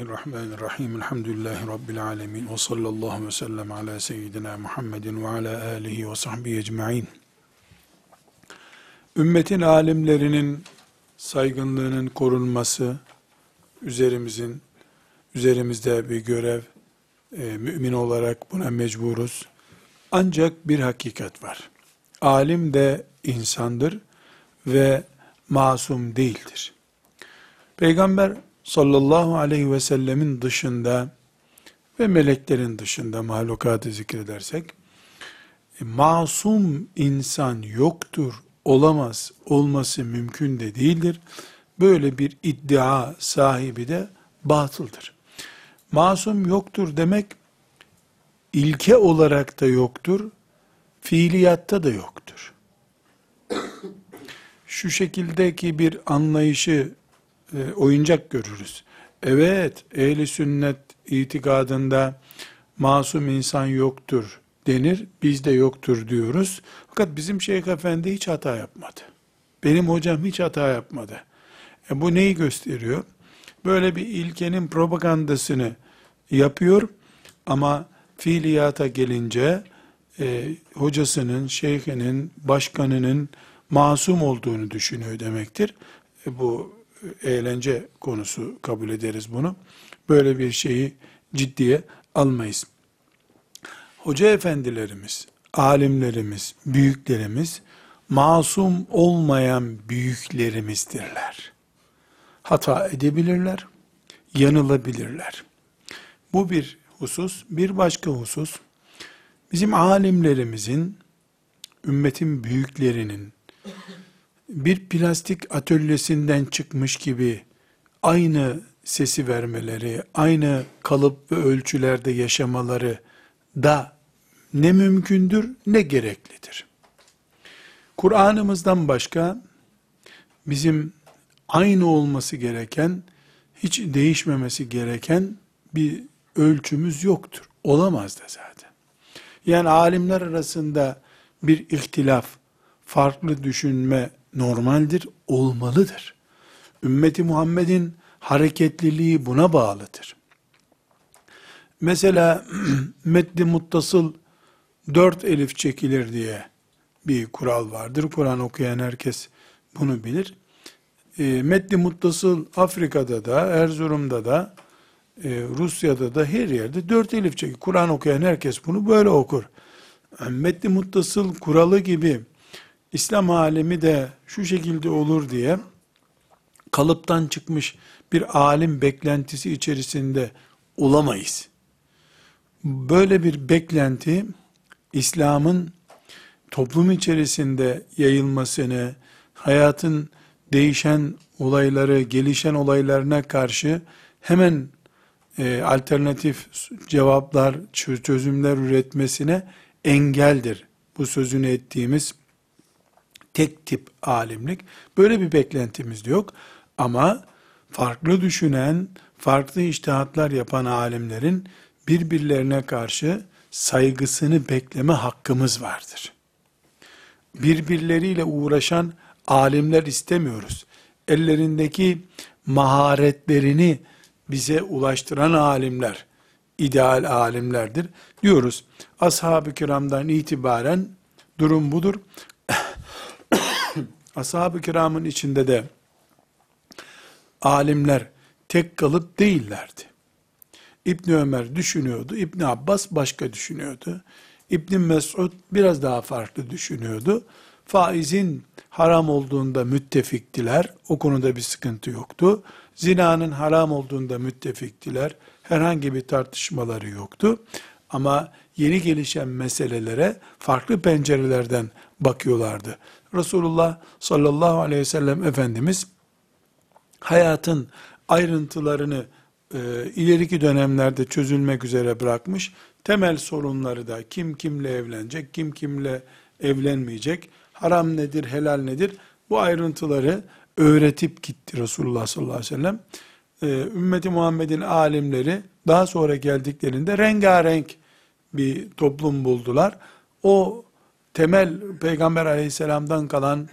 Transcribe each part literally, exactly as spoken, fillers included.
Bismillahirrahmanirrahim. Elhamdülillahi Rabbil alemin. Ve sallallahu ve sellem ala seyyidina Muhammedin ve ala alihi ve sahbihi ecma'in. Ümmetin alimlerinin saygınlığının korunması üzerimizin, üzerimizde bir görev. E, mümin olarak buna mecburuz. Ancak bir hakikat var. Alim de insandır ve masum değildir. Peygamber sallallahu aleyhi ve sellemin dışında ve meleklerin dışında mahlukatı zikredersek, e, masum insan yoktur, olamaz, olması mümkün de değildir. Böyle bir iddia sahibi de batıldır. Masum yoktur demek, ilke olarak da yoktur, fiiliyatta da yoktur. Şu şekildeki bir anlayışı e, oyuncak görürüz. Evet, ehli sünnet itikadında masum insan yoktur denir, biz de yoktur diyoruz. Fakat bizim Şeyh Efendi hiç hata yapmadı. Benim hocam hiç hata yapmadı. E bu neyi gösteriyor? Böyle bir ilkenin propagandasını yapıyor ama fiiliyata gelince e, hocasının, şeyhinin, başkanının masum olduğunu düşünüyor demektir. E, bu eğlence konusu kabul ederiz bunu. Böyle bir şeyi ciddiye almayız. Hoca efendilerimiz, alimlerimiz, büyüklerimiz masum olmayan büyüklerimizdirler. Hata edebilirler, yanılabilirler. Bu bir husus. Bir başka husus, bizim alimlerimizin, ümmetin büyüklerinin bir plastik atölyesinden çıkmış gibi aynı sesi vermeleri, aynı kalıp ve ölçülerde yaşamaları da ne mümkündür ne gereklidir. Kur'an'ımızdan başka bizim aynı olması gereken, hiç değişmemesi gereken bir ölçümüz yoktur. Olamaz da zaten. Yani alimler arasında bir ihtilaf, farklı düşünme normaldir, olmalıdır. Ümmeti Muhammed'in hareketliliği buna bağlıdır. Mesela meddi muttasıl dört elif çekilir diye bir kural vardır. Kur'an okuyan herkes bunu bilir. E, meddi muttasıl Afrika'da da, Erzurum'da da, e, Rusya'da da her yerde dört elif çekilir. Kur'an okuyan herkes bunu böyle okur. Yani meddi muttasıl kuralı gibi İslam alemi de şu şekilde olur diye kalıptan çıkmış bir alim beklentisi içerisinde olamayız. Böyle bir beklenti İslam'ın toplum içerisinde yayılmasını, hayatın değişen olayları, gelişen olaylarına karşı hemen e, alternatif cevaplar, çözümler üretmesine engeldir. Bu sözünü ettiğimiz tek tip alimlik. Böyle bir beklentimiz de yok. Ama farklı düşünen, farklı içtihatlar yapan alimlerin birbirlerine karşı saygısını bekleme hakkımız vardır. Birbirleriyle uğraşan alimler istemiyoruz. Ellerindeki maharetlerini bize ulaştıran alimler, ideal alimlerdir diyoruz. Ashab-ı kiramdan itibaren durum budur. Ashab-ı kiramın içinde de alimler tek kalıp değillerdi. İbn Ömer düşünüyordu, İbn Abbas başka düşünüyordu. İbn Mesud biraz daha farklı düşünüyordu. Faizin haram olduğunda müttefiktiler, o konuda bir sıkıntı yoktu. Zinanın haram olduğunda müttefiktiler, herhangi bir tartışmaları yoktu. Ama yeni gelişen meselelere farklı pencerelerden bakıyorlardı. Resulullah sallallahu aleyhi ve sellem Efendimiz hayatın ayrıntılarını e, ileriki dönemlerde çözülmek üzere bırakmış. Temel sorunları da kim kimle evlenecek, kim kimle evlenmeyecek, haram nedir, helal nedir, bu ayrıntıları öğretip gitti Resulullah sallallahu aleyhi ve sellem. Ee, Ümmeti Muhammed'in alimleri daha sonra geldiklerinde rengarenk bir toplum buldular. O temel Peygamber aleyhisselamdan kalan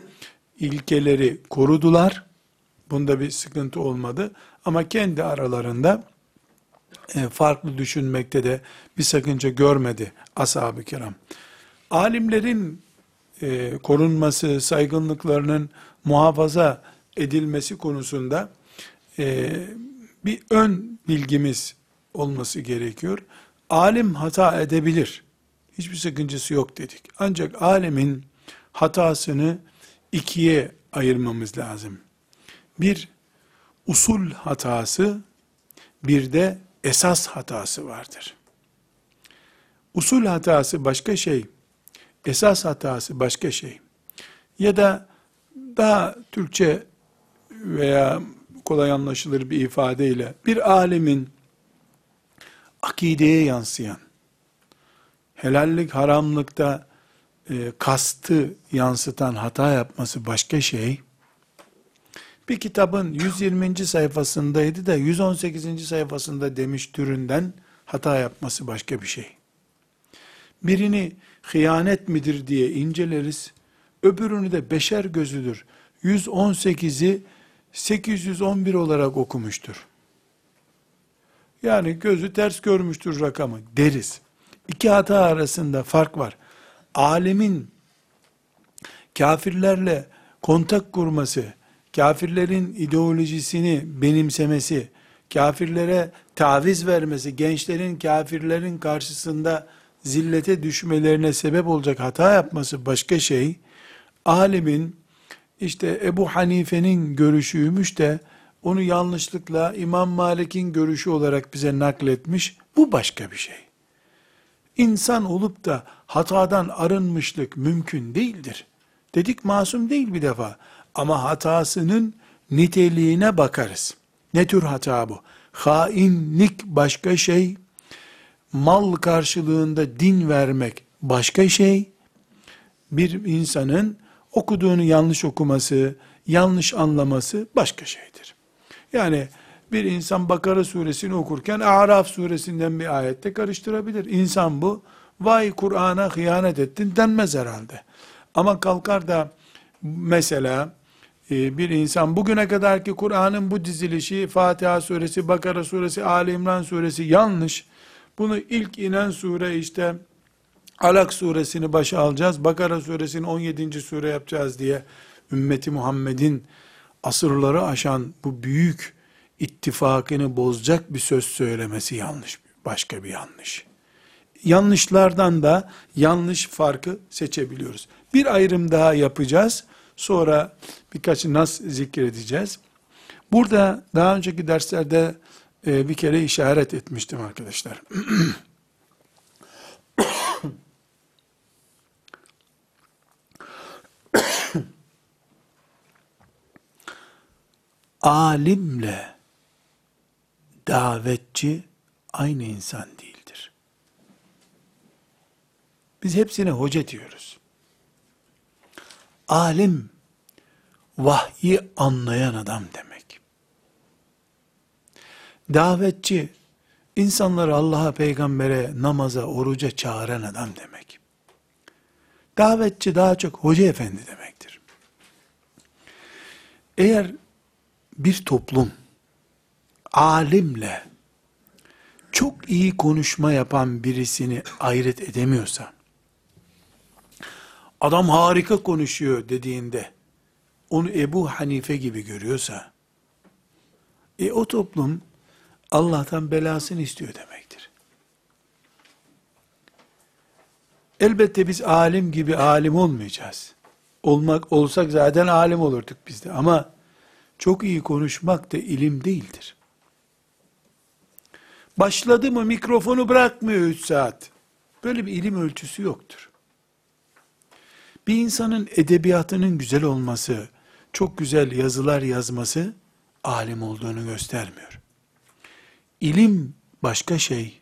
ilkeleri korudular. Bunda bir sıkıntı olmadı. Ama kendi aralarında e, farklı düşünmekte de bir sakınca görmedi ashab-ı kiram. Alimlerin e, korunması, saygınlıklarının muhafaza edilmesi konusunda e, bir ön bilgimiz olması gerekiyor. Alim hata edebilir. Hiçbir sakıncası yok dedik. Ancak alimin hatasını ikiye ayırmamız lazım. Bir, usul hatası, bir de esas hatası vardır. Usul hatası başka şey, esas hatası başka şey. Ya da daha Türkçe veya kolay anlaşılır bir ifadeyle bir alimin akideye yansıyan, helallik haramlıkta e, kastı yansıtan hata yapması başka şey. Bir kitabın yüz yirminci sayfasındaydı da yüz on sekizinci sayfasında demiş türünden hata yapması başka bir şey. Birini hıyanet midir diye inceleriz, öbürünü de beşer gözüdür. yüz on sekizi sekiz yüz on bir olarak okumuştur. Yani gözü ters görmüştür rakamı deriz. İki hata arasında fark var. Alimin kafirlerle kontak kurması, kafirlerin ideolojisini benimsemesi, kafirlere taviz vermesi, gençlerin kafirlerin karşısında zillete düşmelerine sebep olacak hata yapması başka şey. Alimin işte Ebu Hanife'nin görüşüymüş de onu yanlışlıkla İmam Malik'in görüşü olarak bize nakletmiş. Bu başka bir şey. İnsan olup da hatadan arınmışlık mümkün değildir. Dedik masum değil bir defa. Ama hatasının niteliğine bakarız. Ne tür hata bu? Hainlik başka şey, mal karşılığında din vermek başka şey, bir insanın okuduğunu yanlış okuması, yanlış anlaması başka şeydir. Yani bir insan Bakara suresini okurken Araf suresinden bir ayette karıştırabilir. İnsan bu, vay Kur'an'a hıyanet ettin denmez herhalde. Ama kalkar da mesela e, bir insan bugüne kadarki Kur'an'ın bu dizilişi, Fatiha suresi, Bakara suresi, Ali İmran suresi yanlış. Bunu ilk inen sure işte Alak suresini başa alacağız, Bakara suresini on yedinci sure yapacağız diye ümmeti Muhammed'in asırları aşan bu büyük ittifakını bozacak bir söz söylemesi yanlış. Başka bir yanlış. Yanlışlardan da yanlış farkı seçebiliyoruz. Bir ayrım daha yapacağız. Sonra birkaç nas zikredeceğiz. Burada daha önceki derslerde e, bir kere işaret etmiştim arkadaşlar. Alimle davetçi aynı insan değildir. Biz hepsine hoca diyoruz. Alim, vahyi anlayan adam demek. Davetçi, insanları Allah'a, peygambere, namaza, oruca çağıran adam demek. Davetçi daha çok hoca efendi demektir. Eğer bir toplum alimle çok iyi konuşma yapan birisini ayırt edemiyorsa, adam harika konuşuyor dediğinde onu Ebu Hanife gibi görüyorsa, e o toplum Allah'tan belasını istiyor demektir. Elbette biz alim gibi alim olmayacağız. Olmak olsak zaten alim olurduk biz de, ama çok iyi konuşmak da ilim değildir. Başladı mı mikrofonu bırakmıyor üç saat. Böyle bir ilim ölçüsü yoktur. Bir insanın edebiyatının güzel olması, çok güzel yazılar yazması alim olduğunu göstermiyor. İlim başka şey,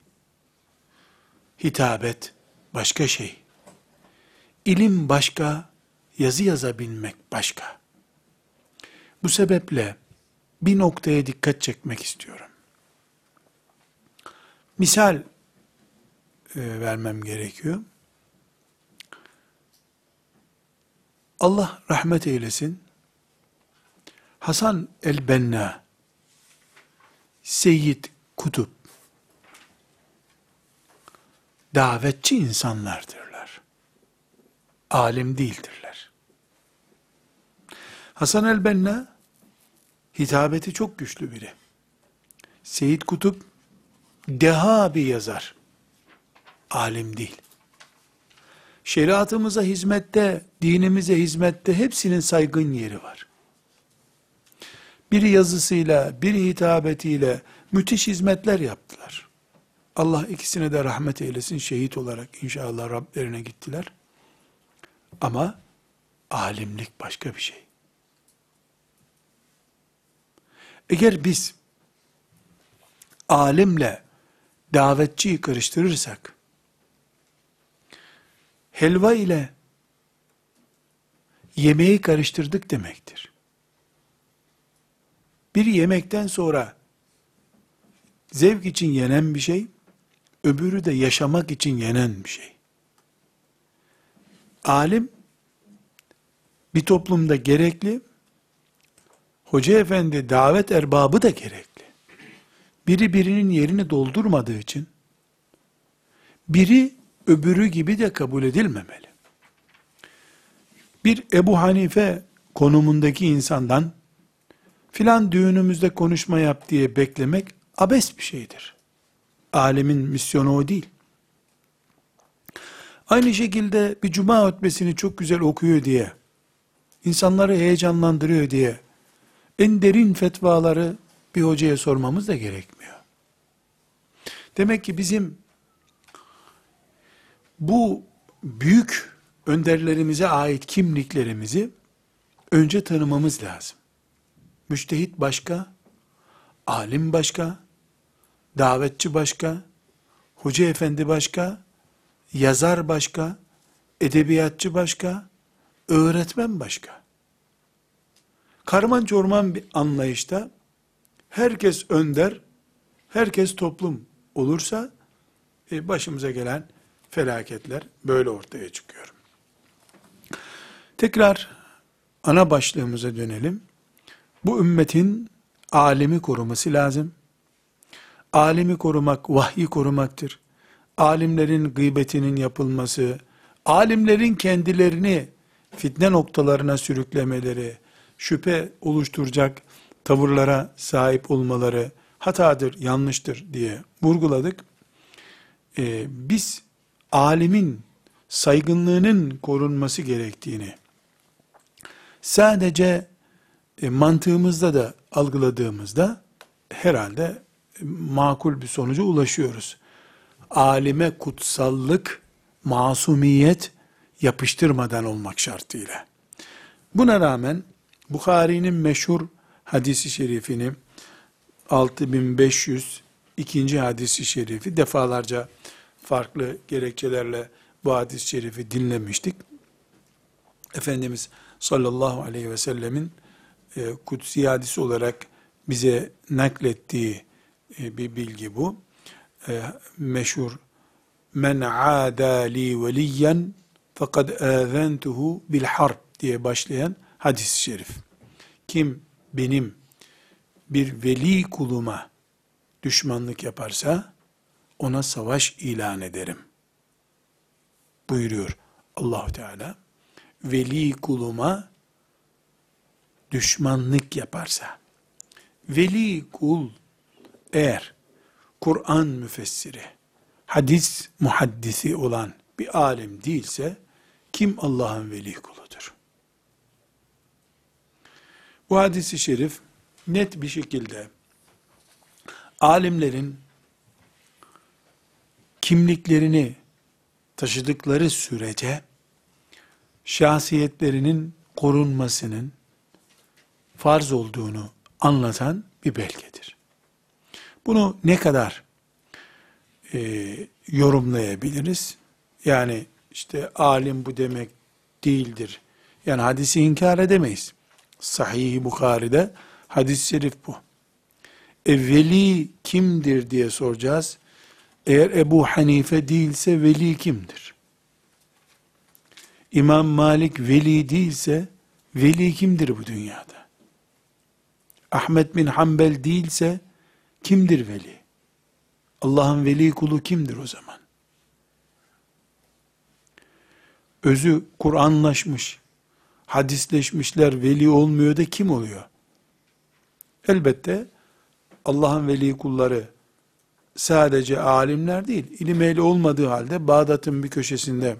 hitabet başka şey. İlim başka, yazı yazabilmek başka. Bu sebeple bir noktaya dikkat çekmek istiyorum. Misal e, vermem gerekiyor. Allah rahmet eylesin. Hasan el-Benna, Seyyid Kutup, davetçi insanlardırlar. Alim değildirler. Hasan el-Benna hitabeti çok güçlü biri. Seyyid Kutup deha bir yazar. Alim değil. Şeriatımıza hizmette, dinimize hizmette hepsinin saygın yeri var. Biri yazısıyla, biri hitabetiyle müthiş hizmetler yaptılar. Allah ikisine de rahmet eylesin, şehit olarak inşallah Rablerine gittiler. Ama alimlik başka bir şey. Eğer biz alimle davetçiyi karıştırırsak, helva ile yemeği karıştırdık demektir. Bir yemekten sonra zevk için yenen bir şey, öbürü de yaşamak için yenen bir şey. Alim bir toplumda gerekli, hoca efendi, davet erbabı da gerekli. Biri birinin yerini doldurmadığı için, biri öbürü gibi de kabul edilmemeli. Bir Ebu Hanife konumundaki insandan, filan düğünümüzde konuşma yap diye beklemek, abes bir şeydir. Alimin misyonu o değil. Aynı şekilde bir cuma hutbesini çok güzel okuyor diye, insanları heyecanlandırıyor diye, en derin fetvaları bir hocaya sormamız da gerekmiyor. Demek ki bizim bu büyük önderlerimize ait kimliklerimizi önce tanımamız lazım. Müçtehit başka, alim başka, davetçi başka, hoca efendi başka, yazar başka, edebiyatçı başka, öğretmen başka. Karman çorman bir anlayışta herkes önder, herkes toplum olursa e, başımıza gelen felaketler böyle ortaya çıkıyor. Tekrar ana başlığımıza dönelim. Bu ümmetin alimi koruması lazım. Alimi korumak, vahyi korumaktır. Alimlerin gıybetinin yapılması, alimlerin kendilerini fitne noktalarına sürüklemeleri, şüphe oluşturacak tavırlara sahip olmaları hatadır, yanlıştır diye vurguladık. Ee, biz alimin saygınlığının korunması gerektiğini sadece e, mantığımızda da algıladığımızda herhalde e, makul bir sonuca ulaşıyoruz. Alime kutsallık, masumiyet yapıştırmadan olmak şartıyla. Buna rağmen Bukhari'nin meşhur hadisi şerifini altı bin beş yüz ikinci hadisi şerifi defalarca farklı gerekçelerle bu hadis-i şerifi dinlemiştik. Efendimiz sallallahu aleyhi ve sellemin e, kutsi hadisi olarak bize naklettiği e, bir bilgi bu. E, meşhur men aada li veliyen fekad azentuhu bil harb diye başlayan hadis-i şerif. Kim benim bir veli kuluma düşmanlık yaparsa ona savaş ilan ederim buyuruyor Allah-u Teala. Veli kuluma düşmanlık yaparsa, veli kul eğer Kur'an müfessiri, hadis muhaddisi olan bir alim değilse, kim Allah'ın veli kuludur? Bu hadis-i şerif net bir şekilde alimlerin kimliklerini taşıdıkları sürece şahsiyetlerinin korunmasının farz olduğunu anlatan bir belgedir. Bunu ne kadar e, yorumlayabiliriz? Yani işte alim bu demek değildir. Yani hadisi inkar edemeyiz. Sahih-i Bukhari'de hadis-i şerif bu. E veli kimdir diye soracağız. Eğer Ebu Hanife değilse veli kimdir? İmam Malik veli değilse veli kimdir bu dünyada? Ahmet bin Hanbel değilse kimdir veli? Allah'ın veli kulu kimdir o zaman? özü Kur'anlaşmış, hadisleşmişler veli olmuyor da kim oluyor? Elbette Allah'ın veli kulları sadece alimler değil, ilim ehli olmadığı halde Bağdat'ın bir köşesinde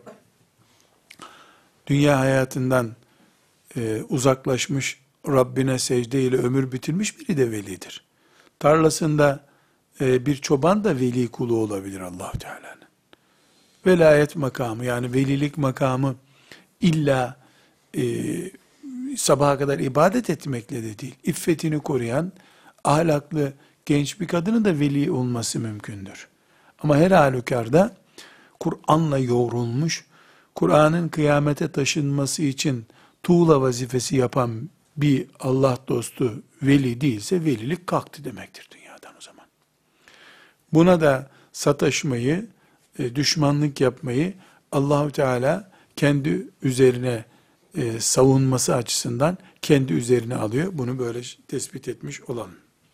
dünya hayatından e, uzaklaşmış, Rabbine secde ile ömür bitirmiş biri de velidir. Tarlasında e, bir çoban da veli kulu olabilir Allah-u Teala'nın. Velayet makamı, yani velilik makamı illa e, sabaha kadar ibadet etmekle de değil, iffetini koruyan, ahlaklı genç bir kadının da veli olması mümkündür. Ama her halükarda Kur'an'la yoğrulmuş, Kur'an'ın kıyamete taşınması için tuğla vazifesi yapan bir Allah dostu veli değilse velilik kalktı demektir dünyadan o zaman. Buna da sataşmayı, e, düşmanlık yapmayı Allahü Teala kendi üzerine e, savunması açısından kendi üzerine alıyor. Bunu böyle tespit etmiş olalım.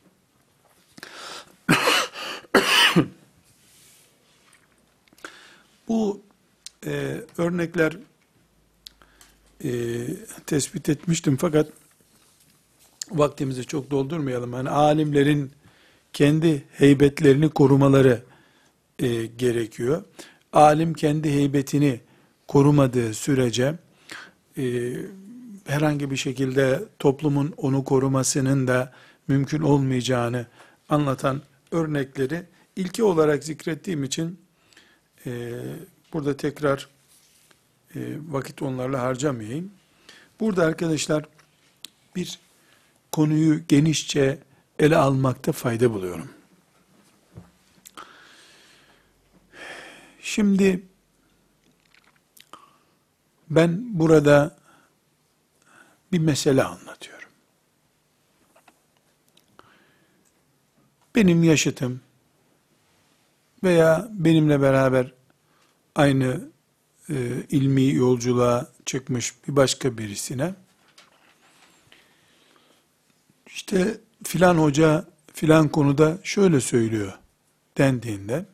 Bu e, örnekler e, tespit etmiştim fakat vaktimizi çok doldurmayalım. Yani alimlerin kendi heybetlerini korumaları e, gerekiyor. Alim kendi heybetini korumadığı sürece e, herhangi bir şekilde toplumun onu korumasının da mümkün olmayacağını anlatan örnekleri ilki olarak zikrettiğim için e, burada tekrar e, vakit onlarla harcamayayım. Burada arkadaşlar bir konuyu genişçe ele almakta fayda buluyorum. Şimdi ben burada bir mesele anlatıyorum. Benim yaşıtım veya benimle beraber aynı e, ilmi yolculuğa çıkmış bir başka birisine işte filan hoca filan konuda şöyle söylüyor dendiğinde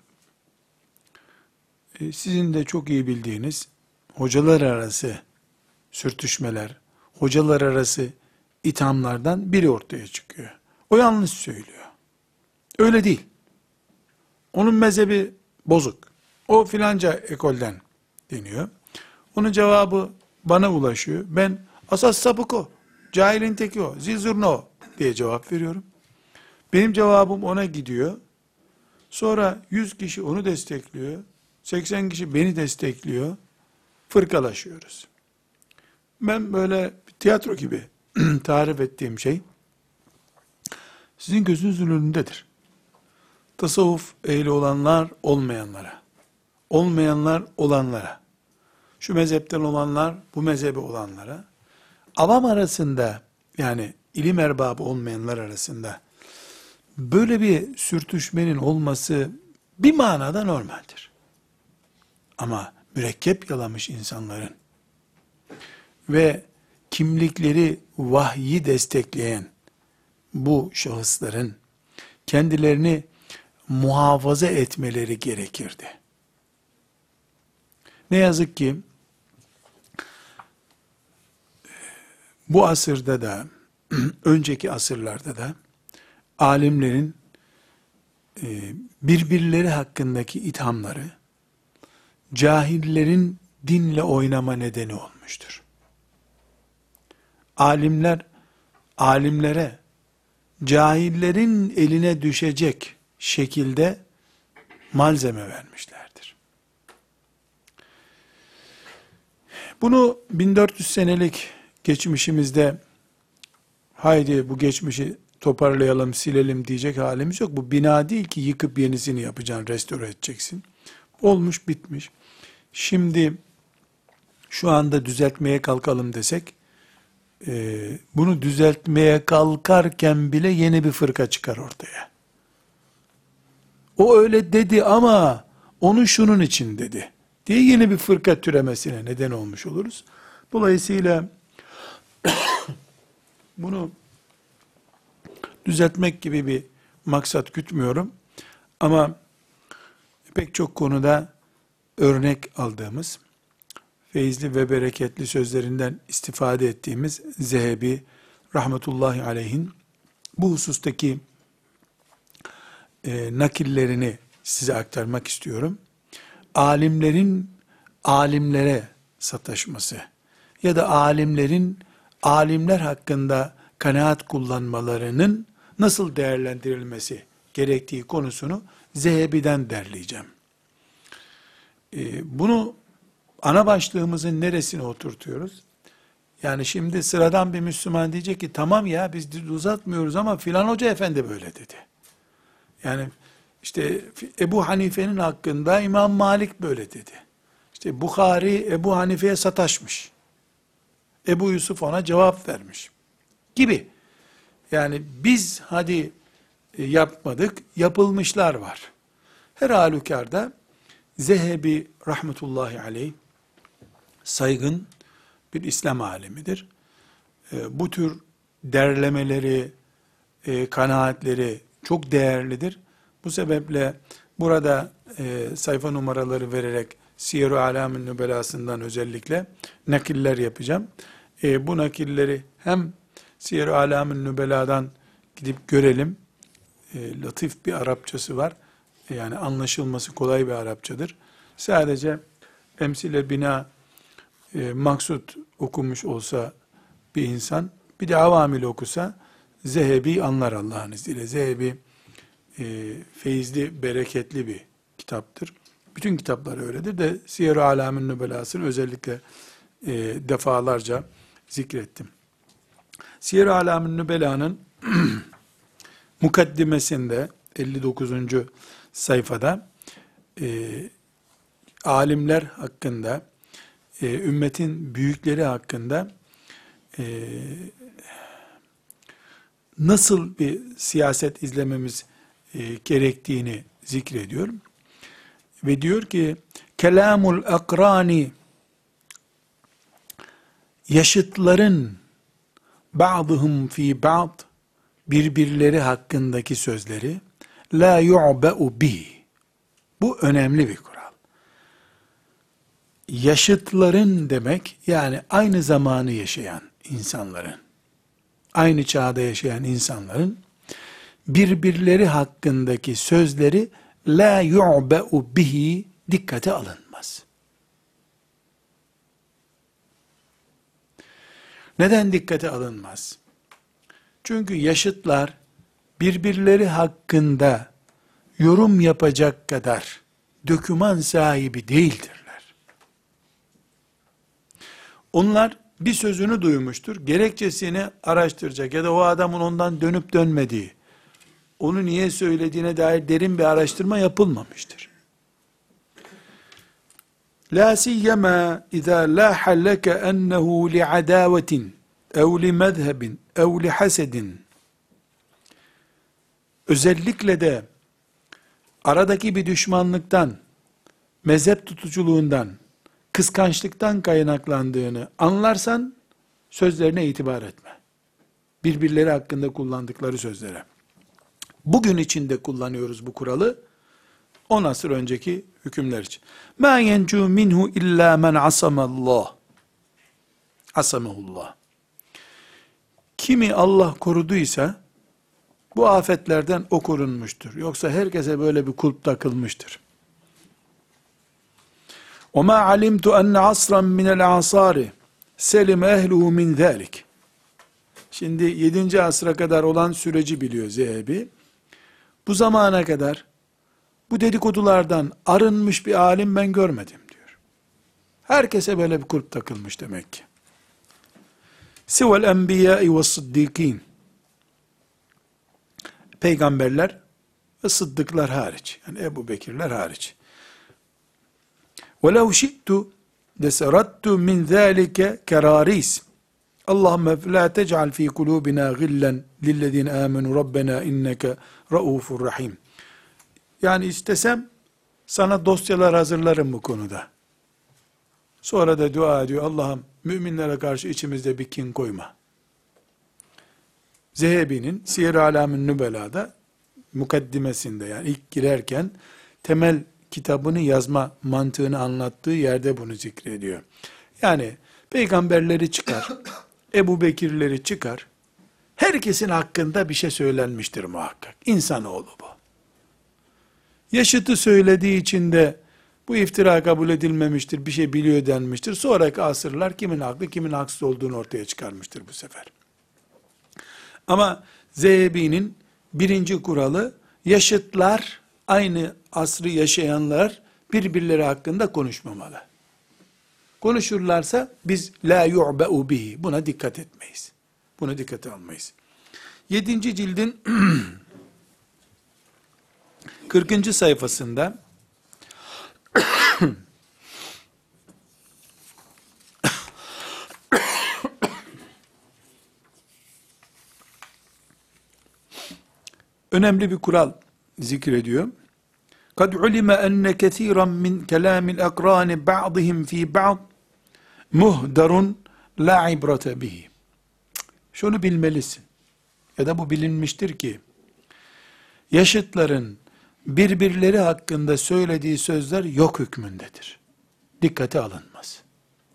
e, sizin de çok iyi bildiğiniz hocalar arası sürtüşmeler, hocalar arası ithamlardan biri ortaya çıkıyor. O yanlış söylüyor. Öyle değil. Onun mezhebi bozuk. O filanca ekolden deniyor. Onun cevabı bana ulaşıyor. Ben asas sapık o. Cahilin teki o. Zilzurna o diye cevap veriyorum. Benim cevabım ona gidiyor. Sonra yüz kişi onu destekliyor. seksen kişi beni destekliyor. Fırkalaşıyoruz. Ben böyle tiyatro gibi tarif ettiğim şey sizin gözünüzün önündedir. Tasavvuf ehli olanlar olmayanlara, olmayanlar olanlara, şu mezhepten olanlar bu mezhebi olanlara, avam arasında yani ilim erbabı olmayanlar arasında böyle bir sürtüşmenin olması bir manada normaldir. Ama mürekkep yalamış insanların ve kimlikleri vahyi destekleyen bu şahısların kendilerini muhafaza etmeleri gerekirdi. Ne yazık ki bu asırda da önceki asırlarda da alimlerin e, birbirleri hakkındaki ithamları cahillerin dinle oynama nedeni olmuştur. Alimler alimlere cahillerin eline düşecek şekilde malzeme vermişlerdir. Bunu bin dört yüz senelik geçmişimizde haydi bu geçmişi toparlayalım, silelim diyecek halimiz yok. Bu bina değil ki yıkıp yenisini yapacaksın, restore edeceksin. Olmuş bitmiş. Şimdi şu anda düzeltmeye kalkalım desek, e, bunu düzeltmeye kalkarken bile yeni bir fırka çıkar ortaya. O öyle dedi ama onu şunun için dedi diye yeni bir fırka türemesine neden olmuş oluruz. Dolayısıyla bunu düzeltmek gibi bir maksat gütmüyorum. Ama pek çok konuda örnek aldığımız, feyizli ve bereketli sözlerinden istifade ettiğimiz Zehebi rahmetullahi aleyhin bu husustaki e, nakillerini size aktarmak istiyorum. Alimlerin alimlere sataşması ya da alimlerin alimler hakkında kanaat kullanmalarının nasıl değerlendirilmesi gerektiği konusunu Zehebi'den derleyeceğim. Ee, bunu ana başlığımızın neresine oturtuyoruz? Yani şimdi sıradan bir Müslüman diyecek ki tamam ya biz dil uzatmıyoruz ama filan hoca efendi böyle dedi. Yani işte Ebu Hanife'nin hakkında İmam Malik böyle dedi. İşte Bukhari Ebu Hanife'ye sataşmış. Ebu Yusuf ona cevap vermiş. Gibi. Yani biz hadi yapmadık, yapılmışlar var. Her halükarda Zehebi rahmetullahi aleyh saygın bir İslam alimidir. E, bu tür derlemeleri, e, kanaatleri çok değerlidir. Bu sebeple burada e, sayfa numaraları vererek Siyer-i Alam'ın Nübelasından özellikle nakiller yapacağım. E, bu nakilleri hem Siyer-i Alam'ın Nübela'dan gidip görelim. E, latif bir Arapçası var. E, yani anlaşılması kolay bir Arapçadır. Sadece Emsile Bina e, maksut okumuş olsa bir insan, bir de avamil okusa Zehebi anlar Allah'ın izniyle. Zehebi e, feyizli, bereketli bir kitaptır. Bütün kitaplar öyledir de Siyer-i Alam'ın Nübelası'nı özellikle e, defalarca zikrettim. Siyer-i Alam'ın Nübela'nın mukaddimesinde elli dokuzuncu sayfada e, alimler hakkında, e, ümmetin büyükleri hakkında e, nasıl bir siyaset izlememiz e, gerektiğini zikrediyor. Ve diyor ki, kelamul akrani, yaşıtların ba'duhum fi ba'd, birbirleri hakkındaki sözleri, la yu'be'u bihi. Bu önemli bir kural. Yaşıtların demek, yani aynı zamanı yaşayan insanların, aynı çağda yaşayan insanların, birbirleri hakkındaki sözleri, la yu'be'u bihi, dikkate alınmaz. Neden dikkate alınmaz? Çünkü yaşıtlar birbirleri hakkında yorum yapacak kadar döküman sahibi değildirler. Onlar bir sözünü duymuştur, gerekçesini araştıracak ya da o adamın ondan dönüp dönmediği, onu niye söylediğine dair derin bir araştırma yapılmamıştır. La siyyema iza la leke ennehu li adavetin ev li mezhebin ev li hasedin. Özellikle de aradaki bir düşmanlıktan, mezhep tutuculuğundan, kıskançlıktan kaynaklandığını anlarsan sözlerine itibar etme. Birbirleri hakkında kullandıkları sözlere. Bugün içinde kullanıyoruz bu kuralı. On asır önceki hükümler için. Ma yencu minhu illa men asamallah. Asamahullah. Kimi Allah koruduysa bu afetlerden o korunmuştur. Yoksa herkese böyle bir kulp takılmıştır. وَمَا عَلِمْتُ أَنَّ عَصْرًا مِنَ الْعَصَارِ سَلِمَ اَهْلُهُ مِنْ ذَٰلِكِ. Şimdi yedinci asra kadar olan süreci biliyor Zehebi. Bu zamana kadar bu dedikodulardan arınmış bir alim ben görmedim diyor. Herkese böyle bir kulp takılmış demek ki. Sivel enbiyâi ve sıddîkîn. Peygamberler ve sıddıklar hariç. Yani Ebu Bekirler hariç. وَلَوْ شِئْتُ لَسَرَدْتُ مِنْ ذَٰلِكَ كَرَارِيسِ. Allahümme لَا تَجْعَلْ ف۪ي قُلُوبِنَا غِلًّا لِلَّذ۪ينَ آمَنُوا رَبَّنَا اِنَّكَ رَؤُوفٌ rahim. Yani istesem sana dosyalar hazırlarım bu konuda. Sonra da dua ediyor, Allah'ım müminlere karşı içimizde bir kin koyma. Zehebi'nin Siyer-i Alam'ın Nübela'da mukaddimesinde, yani ilk girerken temel kitabını yazma mantığını anlattığı yerde bunu zikrediyor. Yani peygamberleri çıkar, Ebu Bekirleri çıkar, herkesin hakkında bir şey söylenmiştir muhakkak. İnsanoğlu bu. Yaşıtı söylediği için de bu iftira kabul edilmemiştir, bir şey biliyor denmiştir. Sonraki asırlar kimin haklı, kimin haksız olduğunu ortaya çıkarmıştır bu sefer. Ama Zehebi'nin birinci kuralı, yaşıtlar, aynı asrı yaşayanlar birbirleri hakkında konuşmamalı. Konuşurlarsa biz la yu'be'u bihi, buna dikkat etmeyiz. Buna dikkate almayız. Yedinci cildin kırkıncı sayfasında önemli bir kural zikrediyor. قَدْ عُلِمَ أَنَّ كَثِيرًا مِنْ كَلَامِ الْاَقْرَانِ بَعْضِهِمْ ف۪ي بَعْضٍ مُهْدَرٌ لَا عِبْرَةَ بِهِ. Şunu bilmelisin, ya da bu bilinmiştir ki, yaşıtların birbirleri hakkında söylediği sözler yok hükmündedir. Dikkate alınmaz.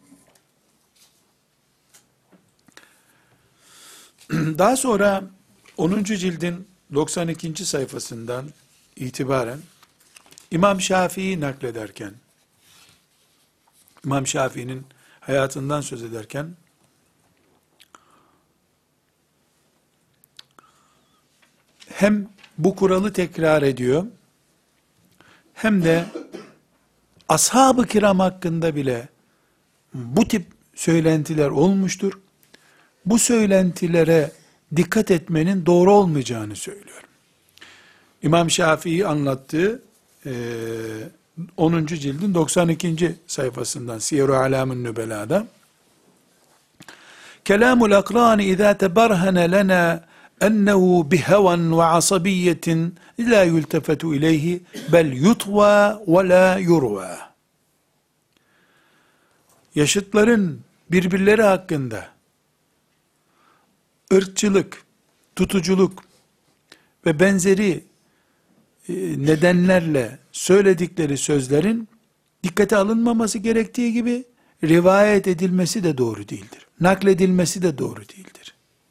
Daha sonra onuncu cildin doksan ikinci sayfasından itibaren İmam Şafii'yi naklederken, İmam Şafii'nin hayatından söz ederken, hem bu kuralı tekrar ediyor, hem de ashab-ı kiram hakkında bile bu tip söylentiler olmuştur. Bu söylentilere dikkat etmenin doğru olmayacağını söylüyor. İmam Şafii anlattığı e, onuncu cildin doksan ikinci sayfasından Siyer-i Alam-ı Nübela'da Kelamul akrani izâ teberhene lena ennehu bihevan ve asabiyetin la yultefetu ileyhi bel yutva ve la yurva. Yaşıtların birbirleri hakkında ırkçılık, tutuculuk ve benzeri nedenlerle söyledikleri sözlerin dikkate alınmaması gerektiği gibi rivayet edilmesi de doğru değildir. Nakledilmesi de doğru değildir.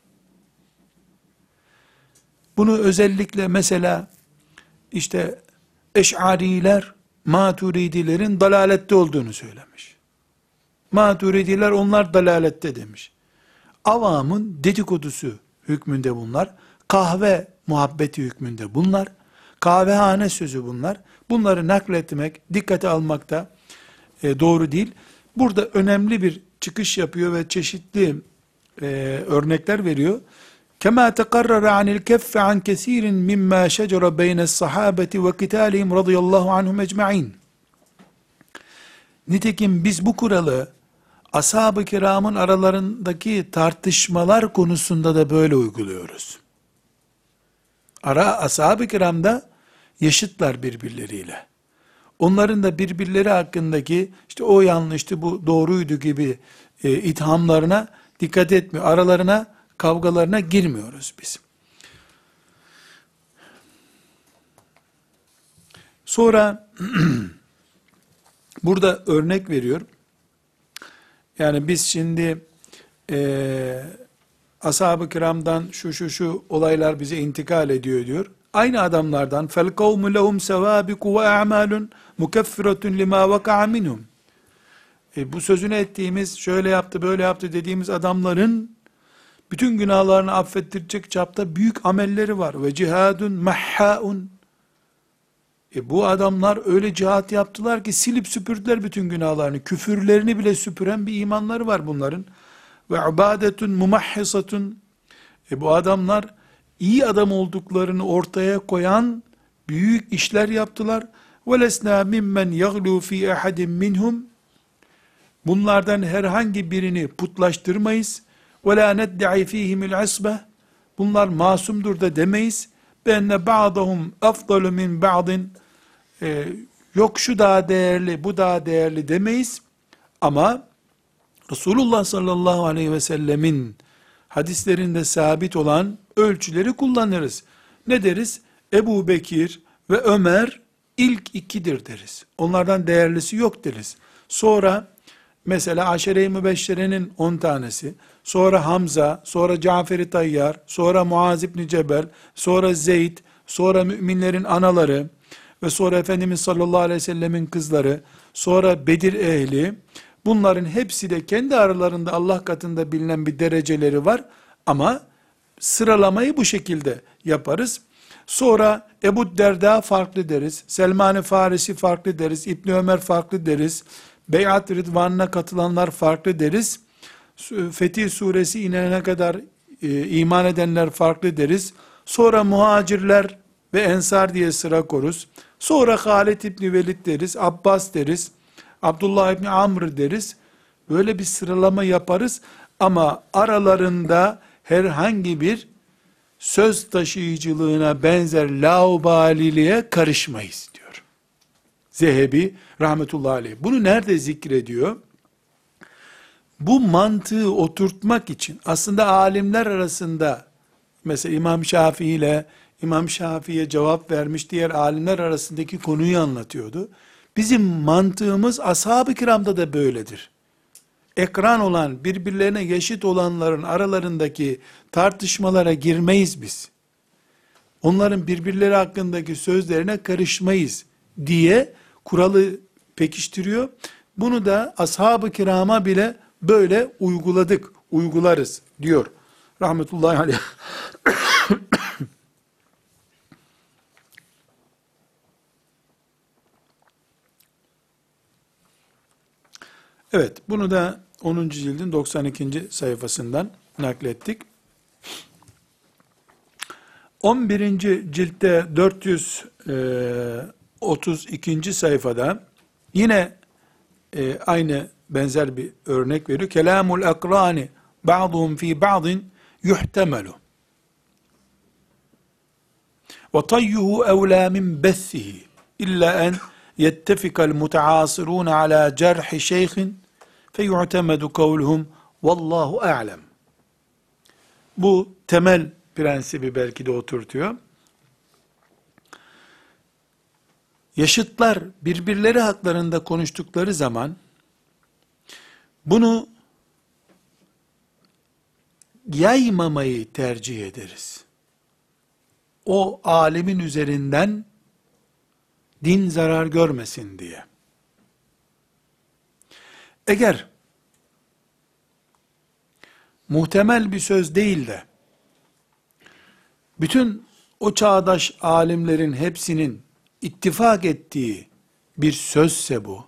Bunu özellikle mesela işte Eş'ariler Maturidilerin dalalette olduğunu söylemiş. Maturidiler onlar dalalette demiş. Avamın dedikodusu hükmünde bunlar. Kahve muhabbeti hükmünde bunlar. Kahvehane sözü bunlar. Bunları nakletmek, dikkate almak da e, doğru değil. Burada önemli bir çıkış yapıyor ve çeşitli e, örnekler veriyor. Kema tekarrara anil keffe an kesirin mimma şecere beynes sahabeti ve kitalihim radıyallahu anhum ecma'in. Nitekim biz bu kuralı ashab-ı kiramın aralarındaki tartışmalar konusunda da böyle uyguluyoruz. Ara ashab-ı kiramda yaşıtlar birbirleriyle. Onların da birbirleri hakkındaki işte o yanlıştı, bu doğruydu gibi e, ithamlarına dikkat etmiyor. Aralarına, kavgalarına girmiyoruz biz. Sonra burada örnek veriyor. Yani biz şimdi e, ashab-ı kiramdan şu şu şu olaylar bize intikal ediyor diyor. Aynı adamlardan fel kavmu lehum sevabiku ve a'malun mukeffiratun lima vaka'a minhum. E, bu sözünü ettiğimiz, şöyle yaptı, böyle yaptı dediğimiz adamların bütün günahlarını affettirecek çapta büyük amelleri var. Ve cihadun mahhaun. E, bu adamlar öyle cihat yaptılar ki silip süpürdüler bütün günahlarını. Küfürlerini bile süpüren bir imanları var bunların. Ve ibadetun mumahhisatun. E, bu adamlar iyi adam olduklarını ortaya koyan büyük işler yaptılar. وَلَسْنَا مِمَّنْ يَغْلُوا ف۪ي اَحَدٍ مِّنْهُمْ. Bunlardan herhangi birini putlaştırmayız. وَلَا نَدَّعِ ف۪يهِمِ الْعِصْبَةِ. Bunlar masumdur da demeyiz. بَاَنَّ بَعْضَهُمْ اَفْضَلُ مِنْ بَعْضٍ. Ee, yok şu daha değerli, bu daha değerli demeyiz. Ama Resulullah sallallahu aleyhi ve sellemin hadislerinde sabit olan ölçüleri kullanırız. Ne deriz? Ebu Bekir ve Ömer ilk ikidir deriz. Onlardan değerlisi yok deriz. Sonra Mesela Aşere-i Mübeşşere'nin on tanesi, sonra Hamza, sonra Cafer-i Tayyar, sonra Muaz İbni Cebel, sonra Zeyd, sonra müminlerin anaları ve sonra Efendimiz sallallahu aleyhi ve sellemin kızları, sonra Bedir ehli, bunların hepsi de kendi aralarında Allah katında bilinen bir dereceleri var ama sıralamayı bu şekilde yaparız. Sonra Ebu Derda farklı deriz, Selman-ı Farisi farklı deriz, İbni Ömer farklı deriz, Beyat Rıdvanı'na katılanlar farklı deriz. Fetih suresi inene kadar e, iman edenler farklı deriz. Sonra muhacirler ve ensar diye sıra koruz. Sonra Halid İbni Velid deriz, Abbas deriz, Abdullah İbni Amr deriz. Böyle bir sıralama yaparız ama aralarında herhangi bir söz taşıyıcılığına benzer laubaliliğe karışmayız diyor. Zehebi rahmetullahi aleyh. Bunu nerede zikrediyor? Bu mantığı oturtmak için aslında alimler arasında mesela İmam Şafii ile İmam Şafii'ye cevap vermiş diğer alimler arasındaki konuyu anlatıyordu. Bizim mantığımız ashab-ı kiramda da böyledir. Ekran olan, birbirlerine eşit olanların aralarındaki tartışmalara girmeyiz biz. Onların birbirleri hakkındaki sözlerine karışmayız diye kuralı pekiştiriyor. Bunu da ashab-ı kirama bile böyle uyguladık, uygularız diyor. Rahmetullahi aleyh. Evet, bunu da onuncu cildin doksan ikinci sayfasından naklettik. on birinci ciltte dört yüz otuz ikinci sayfada yine e, aynı benzer bir örnek veriyor. Kelamul akrani ba'duhum fi ba'din yuhtemelu ve tayyuhu evlâ min bethihi illa en yettefikal mutaasirun ala cerhi şeyhin fe yu'temedu kavluhum vallahu a'lem. Bu temel prensibi belki de oturtuyor. Yaşıtlar birbirleri haklarında konuştukları zaman bunu yaymamayı tercih ederiz. O alimin üzerinden din zarar görmesin diye. Eğer muhtemel bir söz değil de bütün o çağdaş alimlerin hepsinin ittifak ettiği bir sözse bu,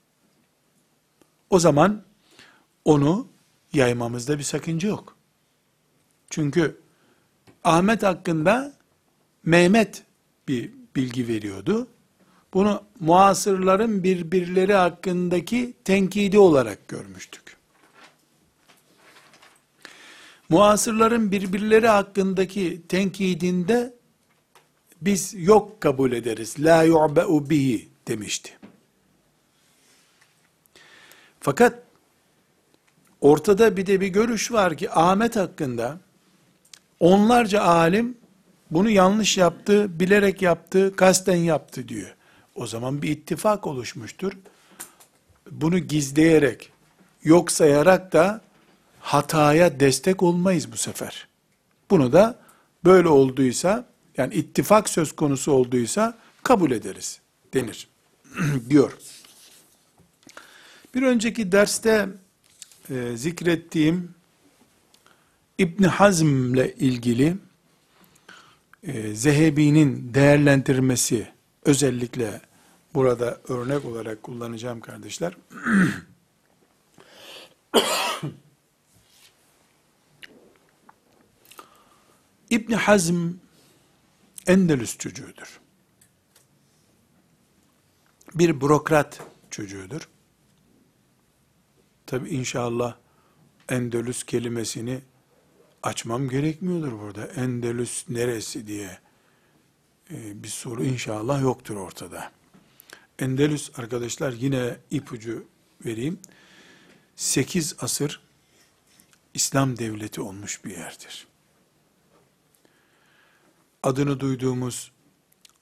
o zaman onu yaymamızda bir sakınca yok. Çünkü Ahmet hakkında Mehmet bir bilgi veriyordu. Bunu muasırların birbirleri hakkındaki tenkidi olarak görmüştük. Muasırların birbirleri hakkındaki tenkidinde biz yok kabul ederiz. La yu'be'u bihi demişti. Fakat ortada bir de bir görüş var ki Ahmet hakkında onlarca alim bunu yanlış yaptı, bilerek yaptı, kasten yaptı diyor. O zaman bir ittifak oluşmuştur. Bunu gizleyerek, yok sayarak da hataya destek olmayız bu sefer. Bunu da böyle olduysa, yani ittifak söz konusu olduysa kabul ederiz denir diyor. Bir önceki derste e, zikrettiğim İbn Hazm ile ilgili e, Zehebi'nin değerlendirmesi özellikle burada örnek olarak kullanacağım kardeşler. İbn Hazm Endülüs çocuğudur. Bir bürokrat çocuğudur. Tabi inşallah Endülüs kelimesini açmam gerekmiyordur burada. Endülüs neresi diye bir soru inşallah yoktur ortada. Endülüs arkadaşlar, yine ipucu vereyim. sekiz asır İslam devleti olmuş bir yerdir. Adını duyduğumuz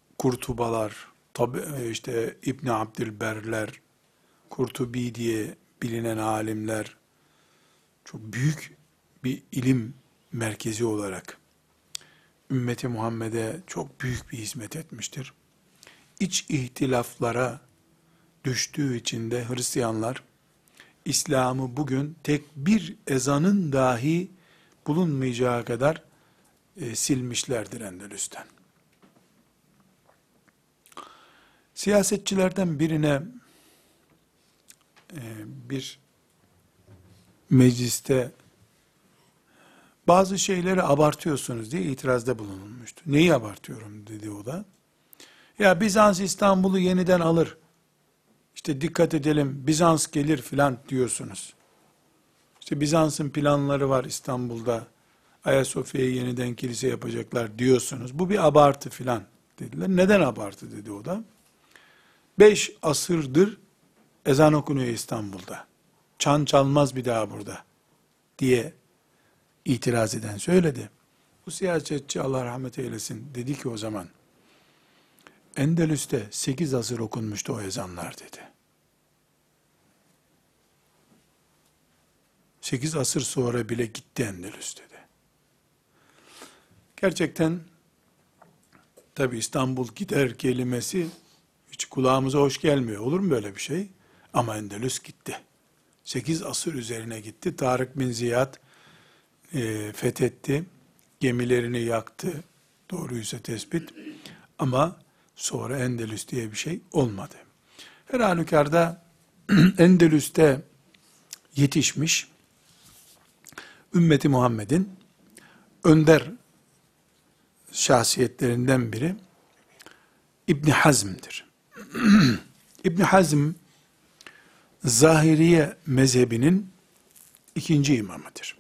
Kurtubalar, tabi işte İbn Abdülberler, Kurtubi diye bilinen alimler, çok büyük bir ilim merkezi olarak ümmeti Muhammed'e çok büyük bir hizmet etmiştir. İç ihtilaflara düştüğü için de Hristiyanlar İslam'ı bugün tek bir ezanın dahi bulunmayacağı kadar e, silmişlerdir Endülüs'ten. Siyasetçilerden birine e, bir mecliste bazı şeyleri abartıyorsunuz diye itirazda bulunulmuştu. Neyi abartıyorum dedi o da. Ya Bizans İstanbul'u yeniden alır. İşte dikkat edelim Bizans gelir filan diyorsunuz. İşte Bizans'ın planları var İstanbul'da. Ayasofya'yı yeniden kilise yapacaklar diyorsunuz. Bu bir abartı filan dediler. Neden abartı dedi o da. Beş asırdır ezan okunuyor İstanbul'da. Çan çalmaz bir daha burada diye itiraz eden söyledi. Bu siyasetçi Allah rahmet eylesin dedi ki o zaman Endülüs'te sekiz asır okunmuştu o ezanlar dedi. Sekiz asır sonra bile gitti Endülüs dedi. Gerçekten tabi İstanbul gider kelimesi hiç kulağımıza hoş gelmiyor. Olur mu böyle bir şey? Ama Endülüs gitti. Sekiz asır üzerine gitti. Tarık bin Ziyad e, fethetti. Gemilerini yaktı. Doğruysa tespit. Ama sonra Endülüs diye bir şey olmadı. Her halükarda Endülüs'te yetişmiş ümmeti Muhammed'in önder şahsiyetlerinden biri İbn Hazm'dir. İbn Hazm Zahiriye mezhebinin ikinci imamıdır.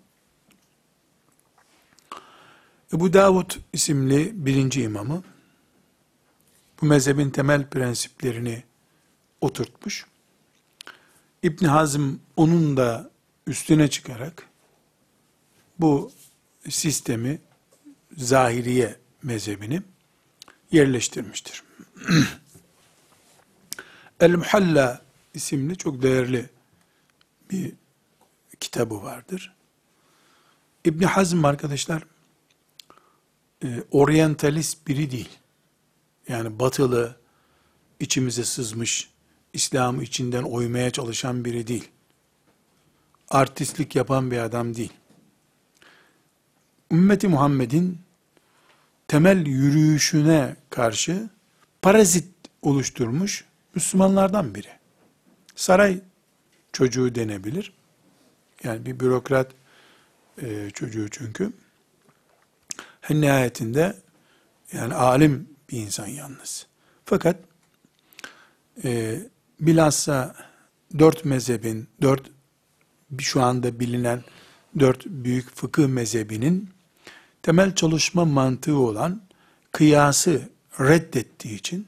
Ebu Davud isimli birinci imamı bu mezhebin temel prensiplerini oturtmuş. İbn Hazm onun da üstüne çıkarak bu sistemi Zahiriye mezhebini yerleştirmiştir. El-Muhalla isimli çok değerli bir kitabı vardır. İbn Hazm arkadaşlar e, oryantalist biri değil. Yani batılı, içimize sızmış, İslam'ı içinden oymaya çalışan biri değil. Artistlik yapan bir adam değil. Ümmeti Muhammed'in temel yürüyüşüne karşı parazit oluşturmuş Müslümanlardan biri. Saray çocuğu denebilir. Yani bir bürokrat e, çocuğu çünkü. En nihayetinde yani alim bir insan yalnız. Fakat e, bilhassa dört mezhebin, dört şu anda bilinen dört büyük fıkıh mezhebinin temel çalışma mantığı olan kıyası reddettiği için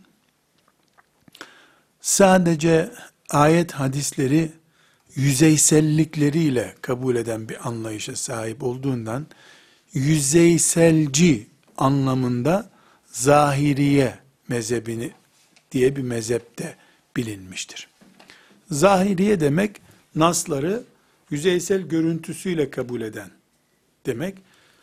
sadece ayet hadisleri yüzeysellikleriyle kabul eden bir anlayışa sahip olduğundan yüzeyselci anlamında Zahiriye mezhebini diye bir mezhepte bilinmiştir. Zahiriye demek nasları yüzeysel görüntüsüyle kabul eden demek.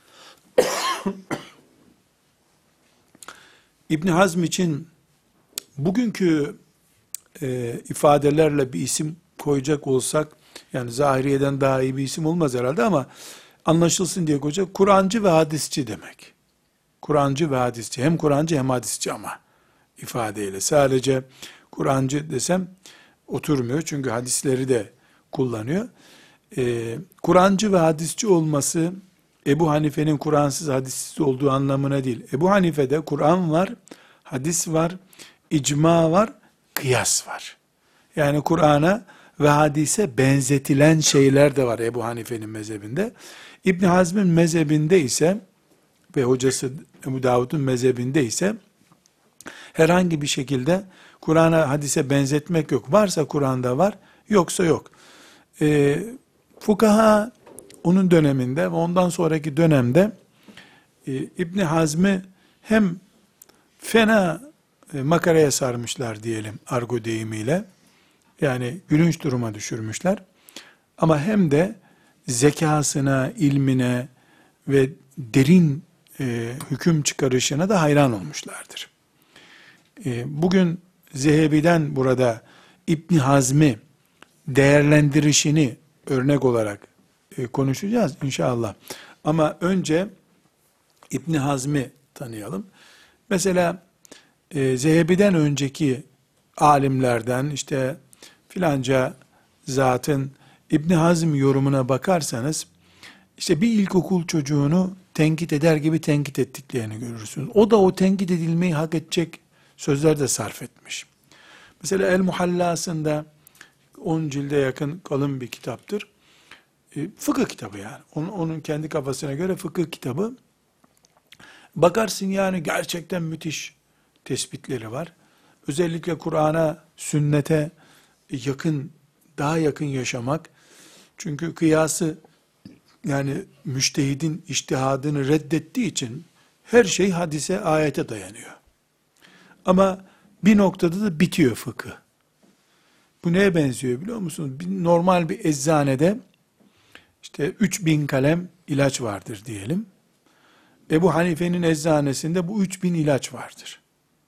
İbn Hazm için bugünkü e, ifadelerle bir isim koyacak olsak, yani Zahiriye'den daha iyi bir isim olmaz herhalde ama anlaşılsın diye koyacak, Kur'ancı ve hadisçi demek. Kur'ancı ve hadisçi, hem Kur'ancı hem hadisçi ama ifadeyle. Sadece Kur'ancı desem oturmuyor çünkü hadisleri de kullanıyor. Ee, Kur'ancı ve hadisçi olması Ebu Hanife'nin Kur'ansız hadissiz olduğu anlamına değil. Ebu Hanife'de Kur'an var, hadis var, icma var, kıyas var. Yani Kur'an'a ve hadise benzetilen şeyler de var Ebu Hanife'nin mezhebinde. İbn Hazm'ın mezhebinde ise ve hocası Ebu Davud'un mezhebinde ise herhangi bir şekilde Kur'an'a hadise benzetmek yok. Varsa Kur'an'da var, yoksa yok. Ee, fukaha onun döneminde ve ondan sonraki dönemde e, İbn Hazm'ı hem fena e, makaraya sarmışlar diyelim argo deyimiyle, Yani gülünç duruma düşürmüşler. Ama hem de zekasına, ilmine ve derin e, hüküm çıkarışına da hayran olmuşlardır. E, bugün Zehebi'den burada İbn Hazm'i değerlendirişini örnek olarak e, konuşacağız inşallah. Ama önce İbn Hazm'i tanıyalım. Mesela e, Zehebi'den önceki alimlerden işte filanca zatın İbn Hazm yorumuna bakarsanız işte bir ilkokul çocuğunu tenkit eder gibi tenkit ettiklerini görürsünüz. O da o tenkit edilmeyi hak edecek sözler de sarf etmiş. Mesela El Muhallası'nda on cilde yakın kalın bir kitaptır. E, fıkıh kitabı yani. Onun, onun kendi kafasına göre fıkıh kitabı. Bakarsın yani gerçekten müthiş tespitleri var. Özellikle Kur'an'a, sünnete yakın, daha yakın yaşamak. Çünkü kıyası yani müştehidin içtihadını reddettiği için her şey hadise, ayete dayanıyor. Ama bir noktada da bitiyor fıkıh. Bu neye benziyor biliyor musunuz? Bir, normal bir eczanede işte üç bin kalem ilaç vardır diyelim. Ebu Hanife'nin eczanesinde bu üç bin ilaç vardır.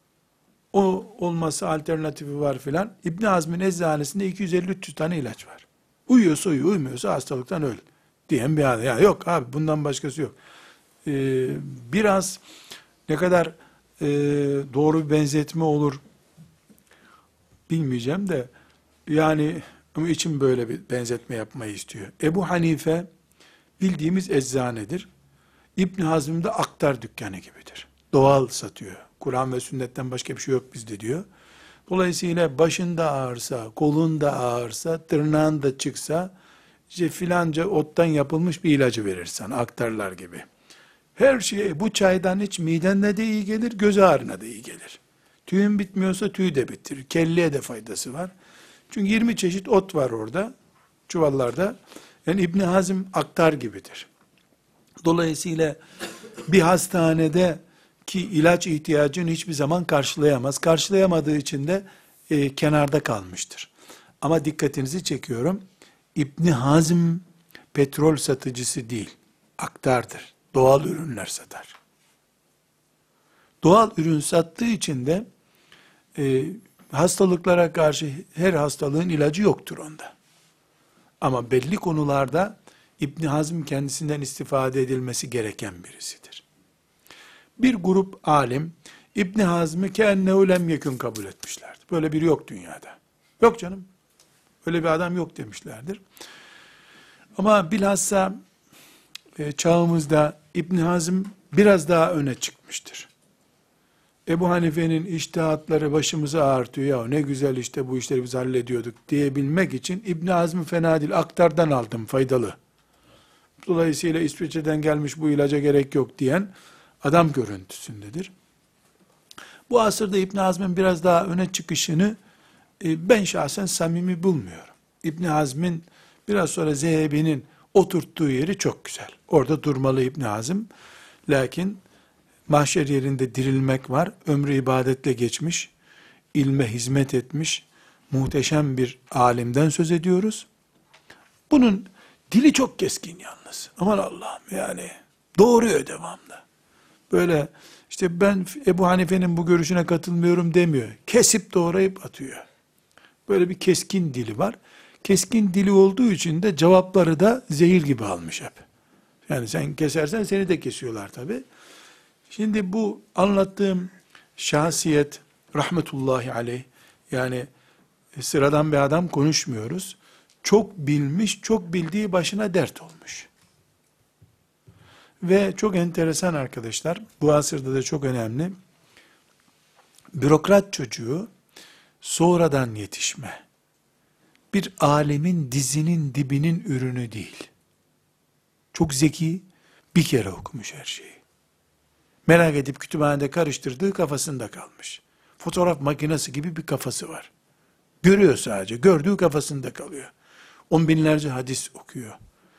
O olması alternatifi var filan. İbn Hazm'in eczanesinde iki yüz elli üç yüz tane ilaç var. Uyuyorsa uyu, uymuyorsa hastalıktan öl diyen bir adam. Ya yok abi bundan başkası yok. Ee, biraz ne kadar e, doğru bir benzetme olur bilmeyeceğim de yani ama için böyle bir benzetme yapmayı istiyor. Ebu Hanife bildiğimiz eczanedir. İbn Hazm de aktar dükkanı gibidir. Doğal satıyor. Kur'an ve sünnetten başka bir şey yok bizde diyor. Dolayısıyla başında ağırsa, kolunda ağırsa, tırnağın da çıksa, işte filanca ottan yapılmış bir ilacı verir sana, aktarlar gibi. Her şey, bu çaydan iç, midenle de iyi gelir, göz ağrına da iyi gelir. Tüyün bitmiyorsa tüy de bitirir. Kelleye de faydası var. Çünkü yirmi çeşit ot var orada, çuvallarda. Yani İbn Hazm aktar gibidir. Dolayısıyla bir hastanede ki ilaç ihtiyacını hiçbir zaman karşılayamaz. Karşılayamadığı için de e, kenarda kalmıştır. Ama dikkatinizi çekiyorum. İbn Hazm petrol satıcısı değil, aktardır. Doğal ürünler satar. Doğal ürün sattığı için de e, hastalıklara karşı her hastalığın ilacı yoktur onda. Ama belli konularda İbn Hazm kendisinden istifade edilmesi gereken birisidir. Bir grup alim İbn Hazm'ı kennehu lem yekun kabul etmişlerdir. Böyle biri yok dünyada. Yok canım. Öyle bir adam yok demişlerdir. Ama bilhassa e, çağımızda İbn Hazm biraz daha öne çıkmıştır. Ebu Hanife'nin içtihatları başımızı ağrıtıyor. Ya ne güzel işte bu işleri biz hallediyorduk diyebilmek için İbn Hazm fena değil. Aktardan aldım faydalı. Dolayısıyla İsviçre'den gelmiş bu ilaca gerek yok diyen adam görüntüsündedir. Bu asırda İbn Hazm'ın biraz daha öne çıkışını e, ben şahsen samimi bulmuyorum. İbn Hazm'in biraz sonra Zehebi'nin oturttuğu yeri çok güzel. Orada durmalı İbn Hazm. Lakin mahşer yerinde dirilmek var. Ömrü ibadetle geçmiş, ilme hizmet etmiş, muhteşem bir alimden söz ediyoruz. Bunun dili çok keskin yalnız. Aman Allah'ım yani doğuruyor devamlı. Böyle işte ben Ebu Hanife'nin bu görüşüne katılmıyorum demiyor. Kesip doğrayıp atıyor. Böyle bir keskin dili var. Keskin dili olduğu için de cevapları da zehir gibi almış hep. Yani sen kesersen seni de kesiyorlar tabi. Şimdi bu anlattığım şahsiyet rahmetullahi aleyh yani sıradan bir adam konuşmuyoruz. Çok bilmiş, çok bildiği başına dert olmuş. Ve çok enteresan arkadaşlar, bu asırda da çok önemli, bürokrat çocuğu sonradan yetişme, bir alemin dizinin dibinin ürünü değil. Çok zeki, bir kere okumuş her şeyi. Merak edip kütüphanede karıştırdığı kafasında kalmış. Fotoğraf makinesi gibi bir kafası var. Görüyor sadece, gördüğü kafasında kalıyor. On binlerce hadis okuyor.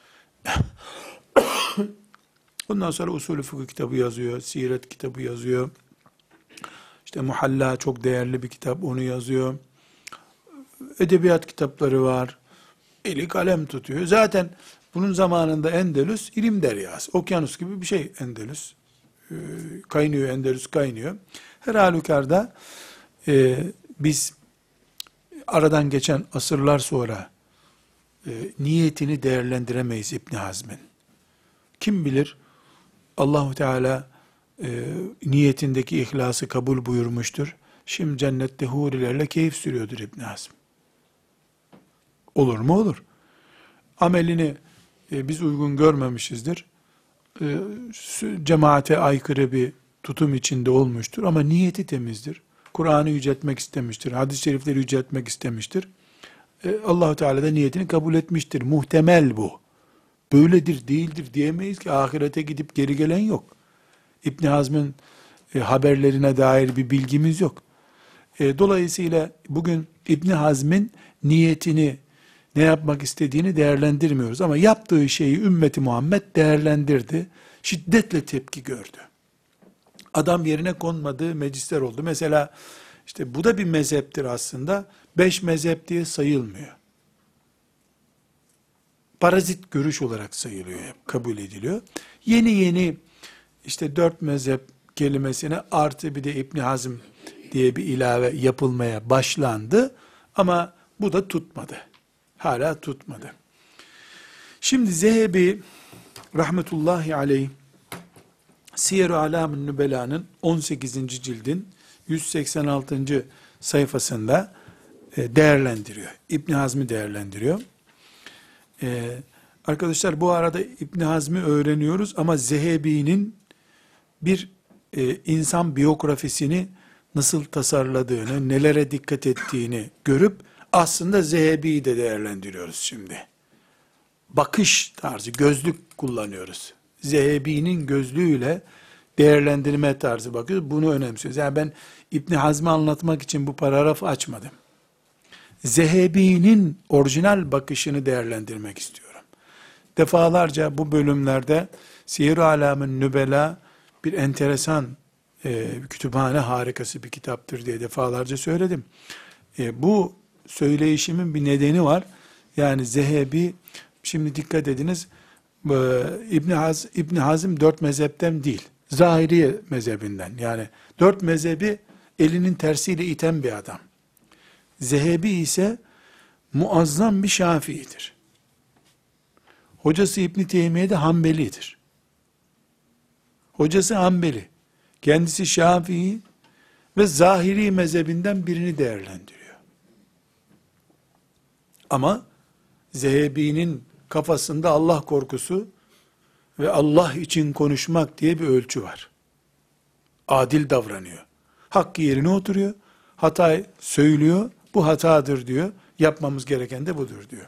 Ondan sonra usulü fıkıh kitabı yazıyor, siret kitabı yazıyor. İşte Muhalla çok değerli bir kitap, onu yazıyor. edebiyat kitapları var. Eli kalem tutuyor. Zaten bunun zamanında Endülüs ilim deryası. Okyanus gibi bir şey Endülüs. Ee, kaynıyor, Endülüs kaynıyor. Her halükarda e, biz aradan geçen asırlar sonra e, niyetini değerlendiremeyiz İbn Hazm'in. Kim bilir Allahu Teala e, niyetindeki ihlası kabul buyurmuştur. Şimdi cennette hurilerle keyif sürüyordur İbn Hazm. Olur mu? Olur. Amelini e, biz uygun görmemişizdir. E, cemaate aykırı bir tutum içinde olmuştur ama niyeti temizdir. Kur'an'ı yüceltmek istemiştir. Hadis-i şerifleri yüceltmek istemiştir. E, Allah-u Teala da niyetini kabul etmiştir. Muhtemel bu. Böyledir, değildir diyemeyiz ki ahirete gidip geri gelen yok. İbn Hazm'ın e, haberlerine dair bir bilgimiz yok. E, dolayısıyla bugün İbn Hazm'in niyetini, ne yapmak istediğini değerlendirmiyoruz. Ama yaptığı şeyi ümmeti Muhammed değerlendirdi. Şiddetle tepki gördü. Adam yerine konmadığı meclisler oldu. Mesela işte bu da bir mezheptir aslında. Beş mezhep diye sayılmıyor. Parazit görüş olarak sayılıyor, kabul ediliyor. Yeni yeni işte dört mezhep kelimesine artı bir de İbn Hazm diye bir ilave yapılmaya başlandı. Ama bu da tutmadı. Hala tutmadı. Şimdi Zehebi rahmetullahi aleyh Siyer-i Alam-ı Nübela'nın on sekizinci cildin yüz seksen altıncı sayfasında değerlendiriyor. İbn Hazm'ı değerlendiriyor. Ee, arkadaşlar bu arada İbn Hazm'ı öğreniyoruz ama Zehebi'nin bir e, insan biyografisini nasıl tasarladığını, nelere dikkat ettiğini görüp aslında Zehebi'yi de değerlendiriyoruz şimdi. Bakış tarzı, gözlük kullanıyoruz. Zehebi'nin gözlüğüyle değerlendirme tarzı bakıyoruz. Bunu önemsiyoruz. Yani ben İbn Hazm'ı anlatmak için bu paragrafı açmadım. Zehebi'nin orijinal bakışını değerlendirmek istiyorum. Defalarca bu bölümlerde Siyer-i Alam-ı Nübela bir enteresan e, kütüphane harikası bir kitaptır diye defalarca söyledim. E, bu söyleyişimin bir nedeni var. Yani Zehebi, şimdi dikkat ediniz, e, İbn Haz, İbn Hazm dört mezhepten değil, Zahiriye mezhebinden. Yani dört mezhebi elinin tersiyle iten bir adam. Zehebi ise muazzam bir Şafii'dir. Hocası İbn Teymiye de Hanbeli'dir. Hocası Hanbeli, kendisi Şafii ve Zahiri mezhebinden birini değerlendiriyor. Ama Zehebi'nin kafasında Allah korkusu ve Allah için konuşmak diye bir ölçü var. Adil davranıyor. Hakkı yerine oturuyor, hata söylüyor, bu hatadır diyor, yapmamız gereken de budur diyor.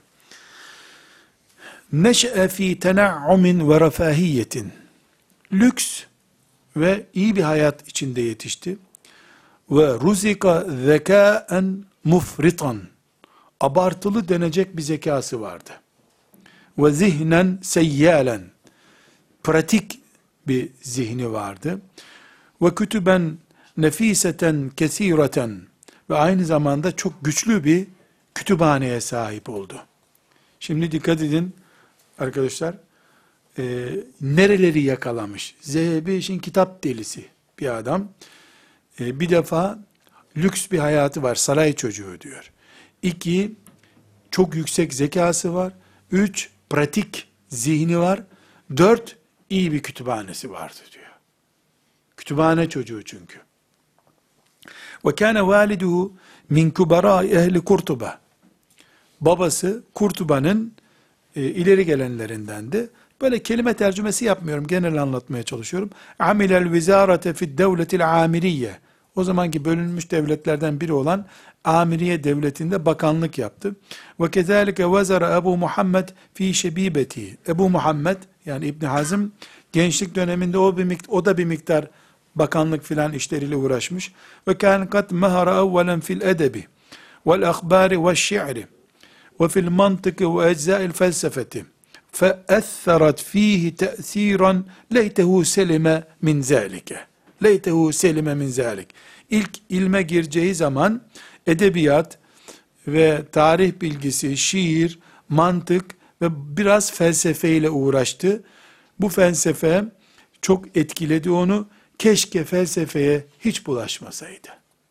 Neş'e fî tena'umin ve refahiyetin. Lüks ve iyi bir hayat içinde yetişti. Ve ruzika zekâen mufritan. Abartılı denecek bir zekası vardı. Ve zihnen seyyâlen. Pratik bir zihni vardı. Ve kütüben nefiseten kesîreten. Ve aynı zamanda çok güçlü bir kütüphaneye sahip oldu. Şimdi dikkat edin arkadaşlar. E, nereleri yakalamış? Zehebi işin kitap delisi bir adam. E, bir defa lüks bir hayatı var. Saray çocuğu diyor. İki, çok yüksek zekası var. Üç, pratik zihni var. Dört, iyi bir kütüphanesi vardı diyor. Kütüphane çocuğu çünkü. Ve kâne validuhu min kubarâ ehli Kurtuba. Babası Kurtuba'nın e, ileri gelenlerindendi. Böyle kelime tercümesi yapmıyorum. Genel anlatmaya çalışıyorum. Amilel vizarete fid devletil amiriye. O zamanki bölünmüş devletlerden biri olan Amiriye devletinde bakanlık yaptı. Ve kezalike vezara Ebu Muhammed fi şebibeti. Ebu Muhammed yani İbn Hazm gençlik döneminde o bir miktar, o da bir miktar bakanlık filan işleriyle uğraşmış. Ve kan kat mahara evvelen fil edebi vel akhbari ve şi'ri ve fil mantıkı ve ecza'il felsefeti. فَأَثَّرَتْ ف۪يهِ تَأْث۪يرًا لَيْتَهُ سَلِمَ مِنْ ذَٰلِكَ لَيْتَهُ سَلِمَ مِنْ ذَٰلِكَ İlk ilme gireceği zaman edebiyat, ve tarih bilgisi, şiir, mantık ve biraz felsefeyle uğraştı. Bu felsefe çok etkiledi onu. Keşke felsefeye hiç bulaşmasaydı.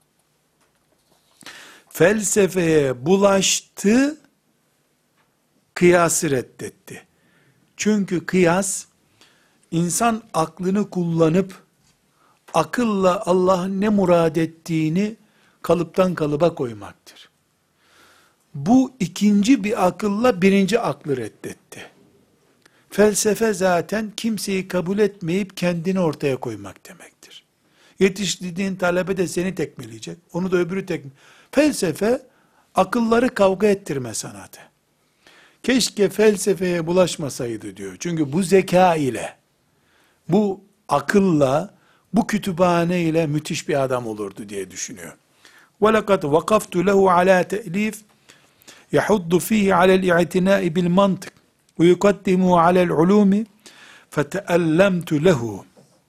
Felsefeye bulaştı, kıyası reddetti. Çünkü kıyas, insan aklını kullanıp, akılla Allah'ın ne murad ettiğini kalıptan kalıba koymaktır. Bu ikinci bir akılla birinci aklı reddetti. Felsefe zaten kimseyi kabul etmeyip kendini ortaya koymak demektir. Yetiştirdiğin talebe de seni tekmeleyecek, onu da öbürü tekme. Felsefe, akılları kavga ettirme sanatı. Keşke felsefeye bulaşmasaydı diyor. Çünkü bu zeka ile, bu akılla, bu kütüphane ile müthiş bir adam olurdu diye düşünüyor. وَلَقَدْ وَقَفْتُ لَهُ عَلَى تَأْلِيفٍ يَحُضُّ ف۪يهِ عَلَى الْاِعْتِنَاءِ بِالْمَنْطِقِ وَيُقَدِّمُهُ عَلَى الْعُلُومِ فَتَأَلَّمْتُ لَهُ.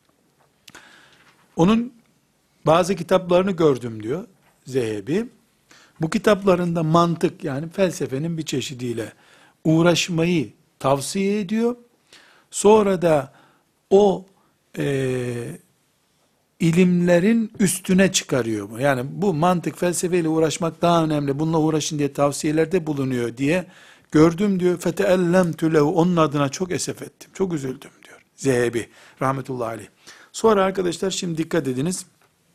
Onun bazı kitaplarını gördüm diyor Zehebi. Bu kitaplarında mantık, yani felsefenin bir çeşidiyle uğraşmayı tavsiye ediyor. Sonra da o e, ilimlerin üstüne çıkarıyor bu. Yani bu mantık, felsefeyle uğraşmak daha önemli, bununla uğraşın diye tavsiyelerde bulunuyor diye gördüm diyor. Feteellemtü lehu, onun adına çok esef ettim, çok üzüldüm diyor Zehebi rahmetullahi aleyh. Sonra arkadaşlar şimdi dikkat ediniz.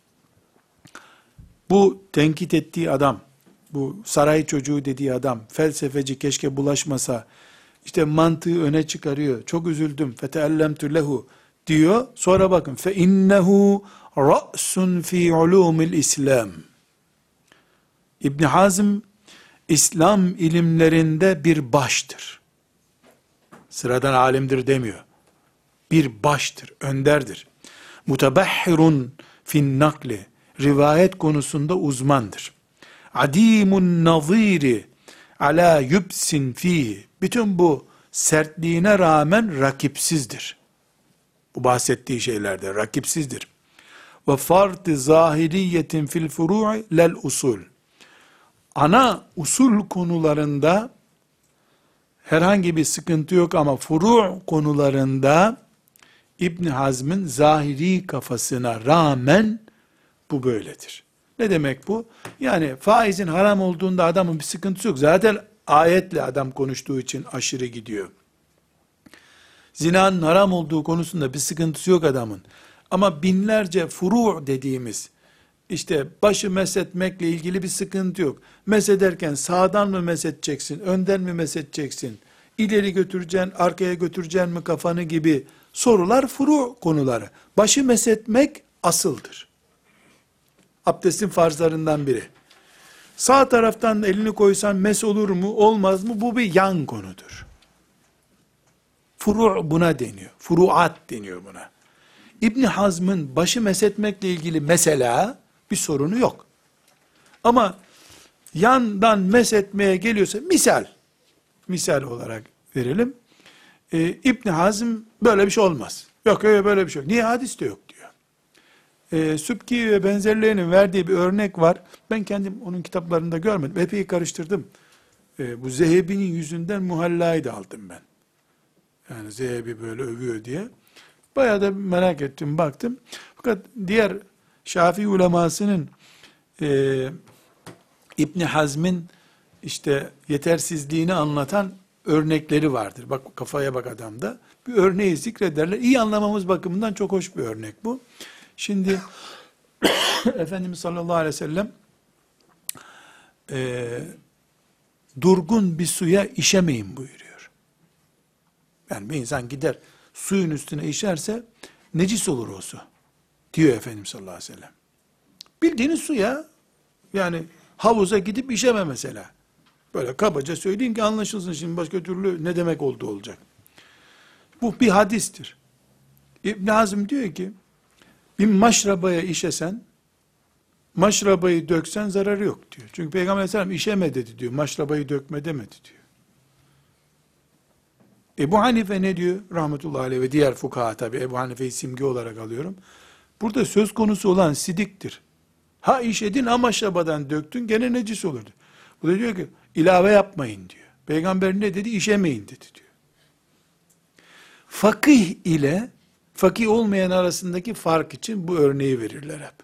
Bu tenkit ettiği adam, bu saray çocuğu dediği adam, felsefeci, keşke bulaşmasa, işte mantığı öne çıkarıyor. Çok üzüldüm. Feteellemtü lehu diyor. Sonra bakın. Fe innehu ra'sun fi ulumil İslam. İbn Hazm İslam ilimlerinde bir baştır. Sıradan alimdir demiyor. Bir baştır, önderdir. Mutabahhirun fin nakli. Rivayet konusunda uzmandır. Adimun naziri ala yubsin fihi. Bütün bu sertliğine rağmen rakipsizdir. Bu bahsettiği şeylerde rakipsizdir. Ve fartı zahiriyetin fil furu'i lel usul. Ana usul konularında herhangi bir sıkıntı yok ama furu' konularında İbn Hazm'ın zahiri kafasına rağmen bu böyledir. Ne demek bu? Yani faizin haram olduğunda adamın bir sıkıntısı yok. Zaten ayetle adam konuştuğu için aşırı gidiyor. Zinanın haram olduğu konusunda bir sıkıntısı yok adamın. Ama binlerce furu' dediğimiz, işte başı mesetmekle ilgili bir sıkıntı yok. Mesederken sağdan mı mesedeceksin, önden mi mesedeceksin, ileri götüreceksin, arkaya götüreceksin mi kafanı gibi sorular furu' konuları. Başı mesetmek asıldır. Abdestin farzlarından biri. Sağ taraftan elini koysan mes olur mu, olmaz mı? Bu bir yan konudur. Furu' buna deniyor. Furuat deniyor buna. İbn Hazm'ın başı mesetmekle ilgili mesela bir sorunu yok. Ama yandan mesetmeye geliyorsa, misal, misal olarak verelim. Ee, İbn Hazm böyle bir şey olmaz. Yok öyle böyle bir şey yok. Niye? Hadis de yok diyor. Ee, Sübki ve benzerlerinin verdiği bir örnek var. Ben kendim onun kitaplarında görmedim. Epey karıştırdım. Ee, bu Zehebi'nin yüzünden Muhalla'yı da aldım ben. Yani Zehebi böyle övüyor diye. Bayağı da merak ettim, baktım. Fakat diğer Şafii ulemasının e, İbn Hazm'in işte yetersizliğini anlatan örnekleri vardır. Bak kafaya bak adamda. Bir örneği zikrederler. İyi anlamamız bakımından çok hoş bir örnek bu. Şimdi Efendimiz sallallahu aleyhi ve sellem e, durgun bir suya işemeyin buyuruyor. Yani bir insan gider suyun üstüne işerse necis olur o su diyor Efendimiz sallallahu aleyhi ve sellem. Bildiğiniz su ya. Yani havuza gidip işeme mesela. Böyle kabaca söyleyeyim ki anlaşılsın, şimdi başka türlü ne demek oldu olacak. Bu bir hadistir. İbn Hazm diyor ki bir maşrabaya işesen, maşrabayı döksen zararı yok diyor. Çünkü Peygamber aleyhisselam işeme dedi diyor. Maşrabayı dökme demedi diyor. Ebu Hanife ne diyor? Rahmetullahi aleyh ve diğer fukaha, tabi Ebu Hanife'yi simge olarak alıyorum. Burada söz konusu olan sidiktir. Ha işedin ama maşrabadan döktün gene necis olur diyor. Bu da diyor ki ilave yapmayın diyor. Peygamber ne dedi? İşemeyin dedi diyor. Fakih ile fakih olmayan arasındaki fark için bu örneği verirler hep.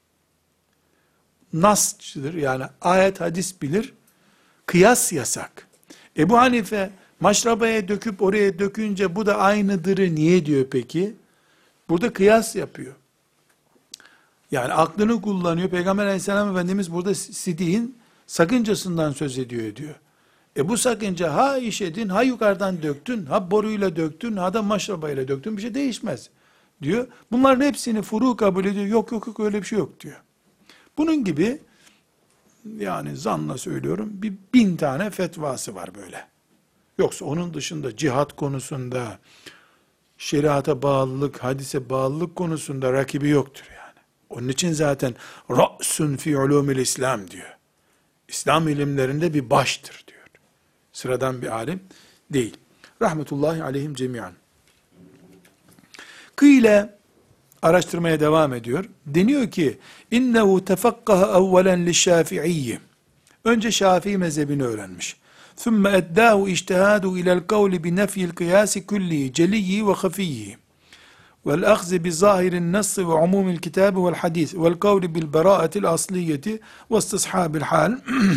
Nasçıdır, yani ayet hadis bilir, kıyas yasak. Ebu Hanife maşrabaya döküp oraya dökünce bu da aynıdırı niye diyor peki? Burada kıyas yapıyor. Yani aklını kullanıyor. Peygamber aleyhisselam Efendimiz burada sidiğin sakıncasından söz ediyor diyor. E bu sakınca ha işedin, ha yukarıdan döktün, ha boruyla döktün, ha da maşrabayla döktün, bir şey değişmez diyor. Bunların hepsini furu kabul ediyor. Yok yok yok öyle bir şey yok diyor. Bunun gibi, yani zanla söylüyorum, bir bin tane fetvası var böyle. Yoksa onun dışında cihat konusunda, şeriata bağlılık, hadise bağlılık konusunda rakibi yoktur yani. Onun için zaten ra'sun fi ulumil İslam diyor. İslam ilimlerinde bir baştır diyor. Sıradan bir alim değil. Rahmetullahi aleyhim cemiyan. Kıyle araştırmaya devam ediyor. Deniyor ki innehu tefakkaha evvelen lişşafi'iyyi. Önce Şafii mezhebini öğrenmiş. ثُمَّ اَدَّاهُ اِجْتِهَادُ اِلَى الْقَوْلِ بِنَفْيِ الْقِيَاسِ كُلِّهِ جَلِيِّهِ وَخَفِيِّهِ وَالْأَخْذِ بِظَاهِرِ النَّصِّ وَعُمُومِ الْكِتَابِ وَالْحَدِيثِ وَالْقَوْلِ بِالْبَرَاءَةِ الْأَصْلِيَّةِ وَاسْتِصْحَابِ الْحَالِ.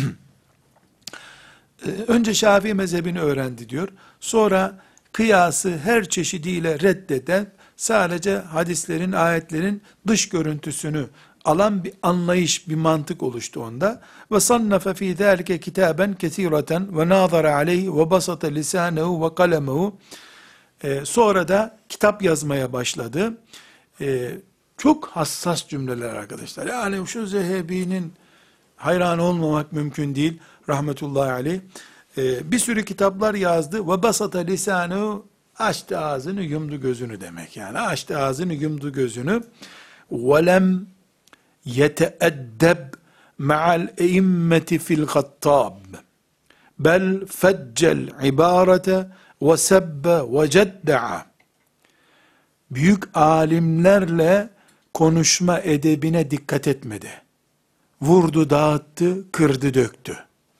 Önce Şafii mezhebini öğrendi diyor. Sonra kıyası her çeşidiyle reddeden, sadece hadislerin, ayetlerin dış görüntüsünü alan bir anlayış, bir mantık oluştu onda. Ve sannafe fî zâlike kitâben kesîreten ve nâzara aleyhi ve basata lisânehu ve kalemehu. Sonra da kitap yazmaya başladı. Ee, çok hassas cümleler arkadaşlar. Yani şu Zehebi'nin hayran olmamak mümkün değil. Rahmetullahi aleyh. Ee, bir sürü kitaplar yazdı. Ve basata lisânehu, açtı ağzını, yumdu gözünü demek yani. Açtı ağzını, yumdu gözünü. وَلَمْ يَتَأَدَّبْ مَعَ الْاِمَّةِ فِي الْخَطَّابِ بَلْ فَجَّ الْعِبَارَةَ وَسَبَّ وَجَدَّعَ. Büyük alimlerle konuşma edebine dikkat etmedi. Vurdu, dağıttı, kırdı, döktü.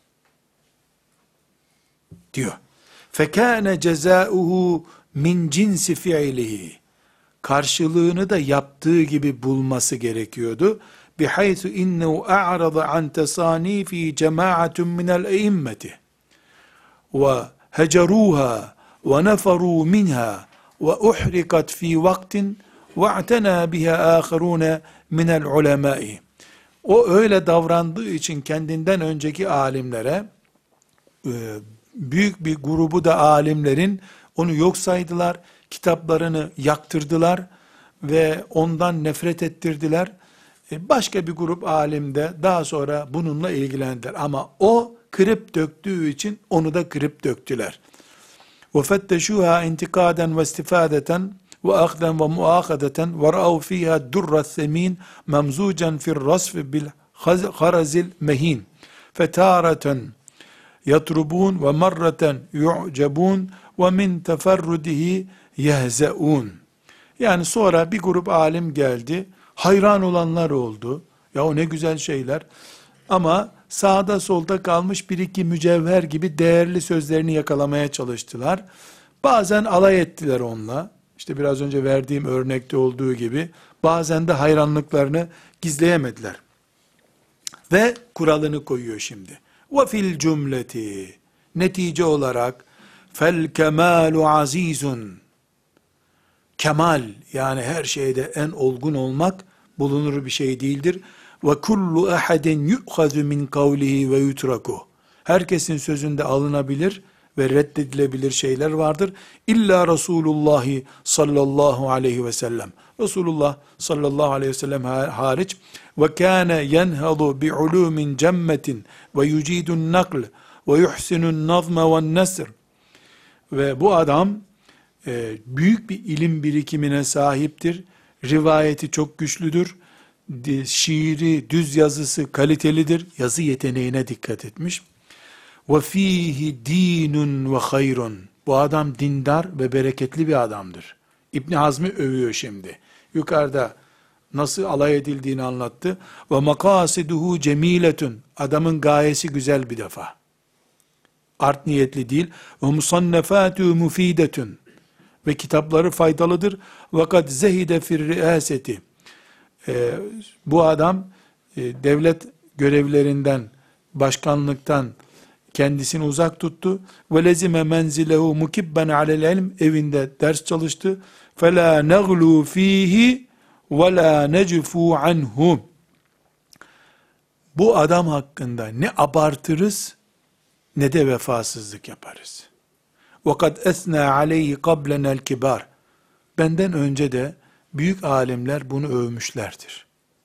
Diyor. فَكَانَ جَزَاؤُهُ مِنْ cins fi'lihi. Karşılığını da yaptığı gibi bulması gerekiyordu. بِحَيْثُ اِنَّهُ اَعْرَضَ عَنْ تَصَانِيفِ جَمَاعَةٌ مِنَ الْاِئِمَّةِ وَهَجَرُوهَا وَنَفَرُوا مِنْهَا وَاُحْرِقَتْ ف۪ي وَقْتٍ وَاَعْتَنَى بِهَا آخَرُونَ مِنَ الْعُلَمَاءِ. O öyle davrandığı için kendinden önceki alimlere, büyük bir grubu da alimlerin onu yok saydılar, kitaplarını yaktırdılar ve ondan nefret ettirdiler. Başka bir grup alim de daha sonra bununla ilgilendiler. Ama o kırıp döktüğü için onu da kırıp döktüler. وَفَتَّشُوهَا اِنْتِقَادًا وَاسْتِفَادَةً وَأَخْذًا وَمُؤَاخَذَةً وَرَأَوْ ف۪يهَا الدُّرَّ الثَّم۪ينَ مَمْزُوجًا فِي الرَّصْفِ بِالْخَرَزِ الْمَه۪ينَ فَتَارَةً يَطْرُبُونَ وَمَرَّةً يُعْجَبُونَ وَمِنْ تَفَرُّدِهِ يَهْزَؤُونَ. Yani sonra bir grup alim geldi, hayran olanlar oldu. Ya o ne güzel şeyler. Ama sağda solda kalmış bir iki mücevher gibi değerli sözlerini yakalamaya çalıştılar. Bazen alay ettiler onunla. İşte biraz önce verdiğim örnekte olduğu gibi. Bazen de hayranlıklarını gizleyemediler. Ve kuralını koyuyor şimdi. وَفِي الْجُمْلَةِ. Netice olarak fel kemalu azizun. Kemal, yani her şeyde en olgun olmak bulunur bir şey değildir. Ve kullu ahadin yu'khadu min kavlihi ve yutraku. Herkesin sözünde alınabilir ve reddedilebilir şeyler vardır. İlla Resulullah sallallahu aleyhi ve sellem. Resulullah sallallahu aleyhi ve sellem hariç. Ve kâne yenhadu bi ulumin cemmetin ve yucidun nakl ve yuhsinun nazme ve nesr. Ve bu adam e, büyük bir ilim birikimine sahiptir. Rivayeti çok güçlüdür. Şiiri, düz yazısı kalitelidir. Yazı yeteneğine dikkat etmiş. Ve fihi dinun ve hayrun. Bu adam dindar ve bereketli bir adamdır. İbn Hazm'ı övüyor şimdi. Yukarıda nasıl alay edildiğini anlattı. Ve makasiduhu cemiletun. Adamın gayesi güzel bir defa. Art niyetli değil. Ve musannefatu mufidetun. Ve kitapları faydalıdır. Ve kad zehide fir riaseti. Ee, bu adam e, devlet görevlerinden, başkanlıktan kendisini uzak tuttu. Ve lezime menzilehu mukibben alel ilm. Evinde ders çalıştı. Fela neglu fihi ve la necfu anhu. Bu adam hakkında ne abartırız ne de vefasızlık yaparız. وَقَدْ اَثْنَا عَلَيْهِ قَبْلَنَا الْكِبَارِ. Benden önce de büyük alimler bunu övmüşlerdir.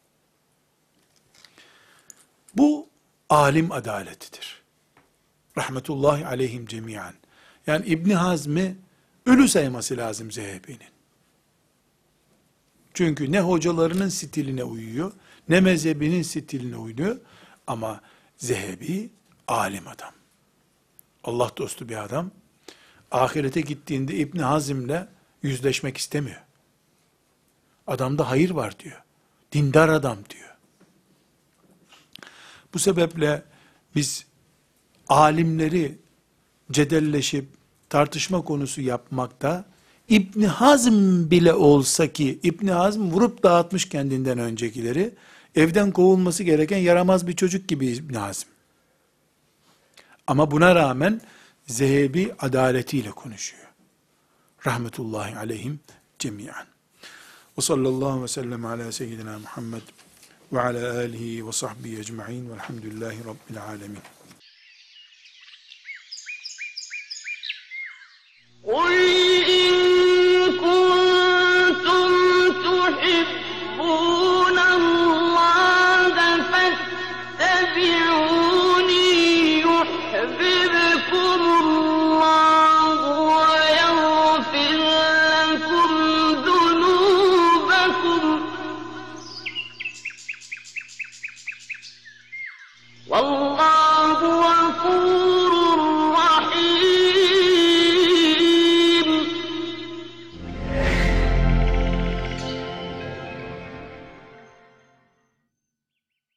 Bu alim adaletidir. Rahmetullahi aleyhim cemiyan. Yani İbni Hazm'i ölü sayması lazım Zehebi'nin. Çünkü ne hocalarının stiline uyuyor, ne mezhebinin stiline uyuyor. Ama Zehebi alim adam. Allah dostu bir adam. Ahirete gittiğinde İbni Hazm'le yüzleşmek istemiyor. Adamda hayır var diyor. Dindar adam diyor. Bu sebeple biz alimleri cedelleşip tartışma konusu yapmakta, İbni Hazm bile olsa ki, İbni Hazm vurup dağıtmış kendinden öncekileri, evden kovulması gereken yaramaz bir çocuk gibi İbni Hazm. Ama buna rağmen Zehebi adaletiyle konuşuyor. Rahmetullahi aleyhim cemiyan. Ve sallallahu ve sellem ala seyyidina Muhammed ve ala alihi ve sahbihi ecma'in velhamdülillahi rabbil alemin. Oy!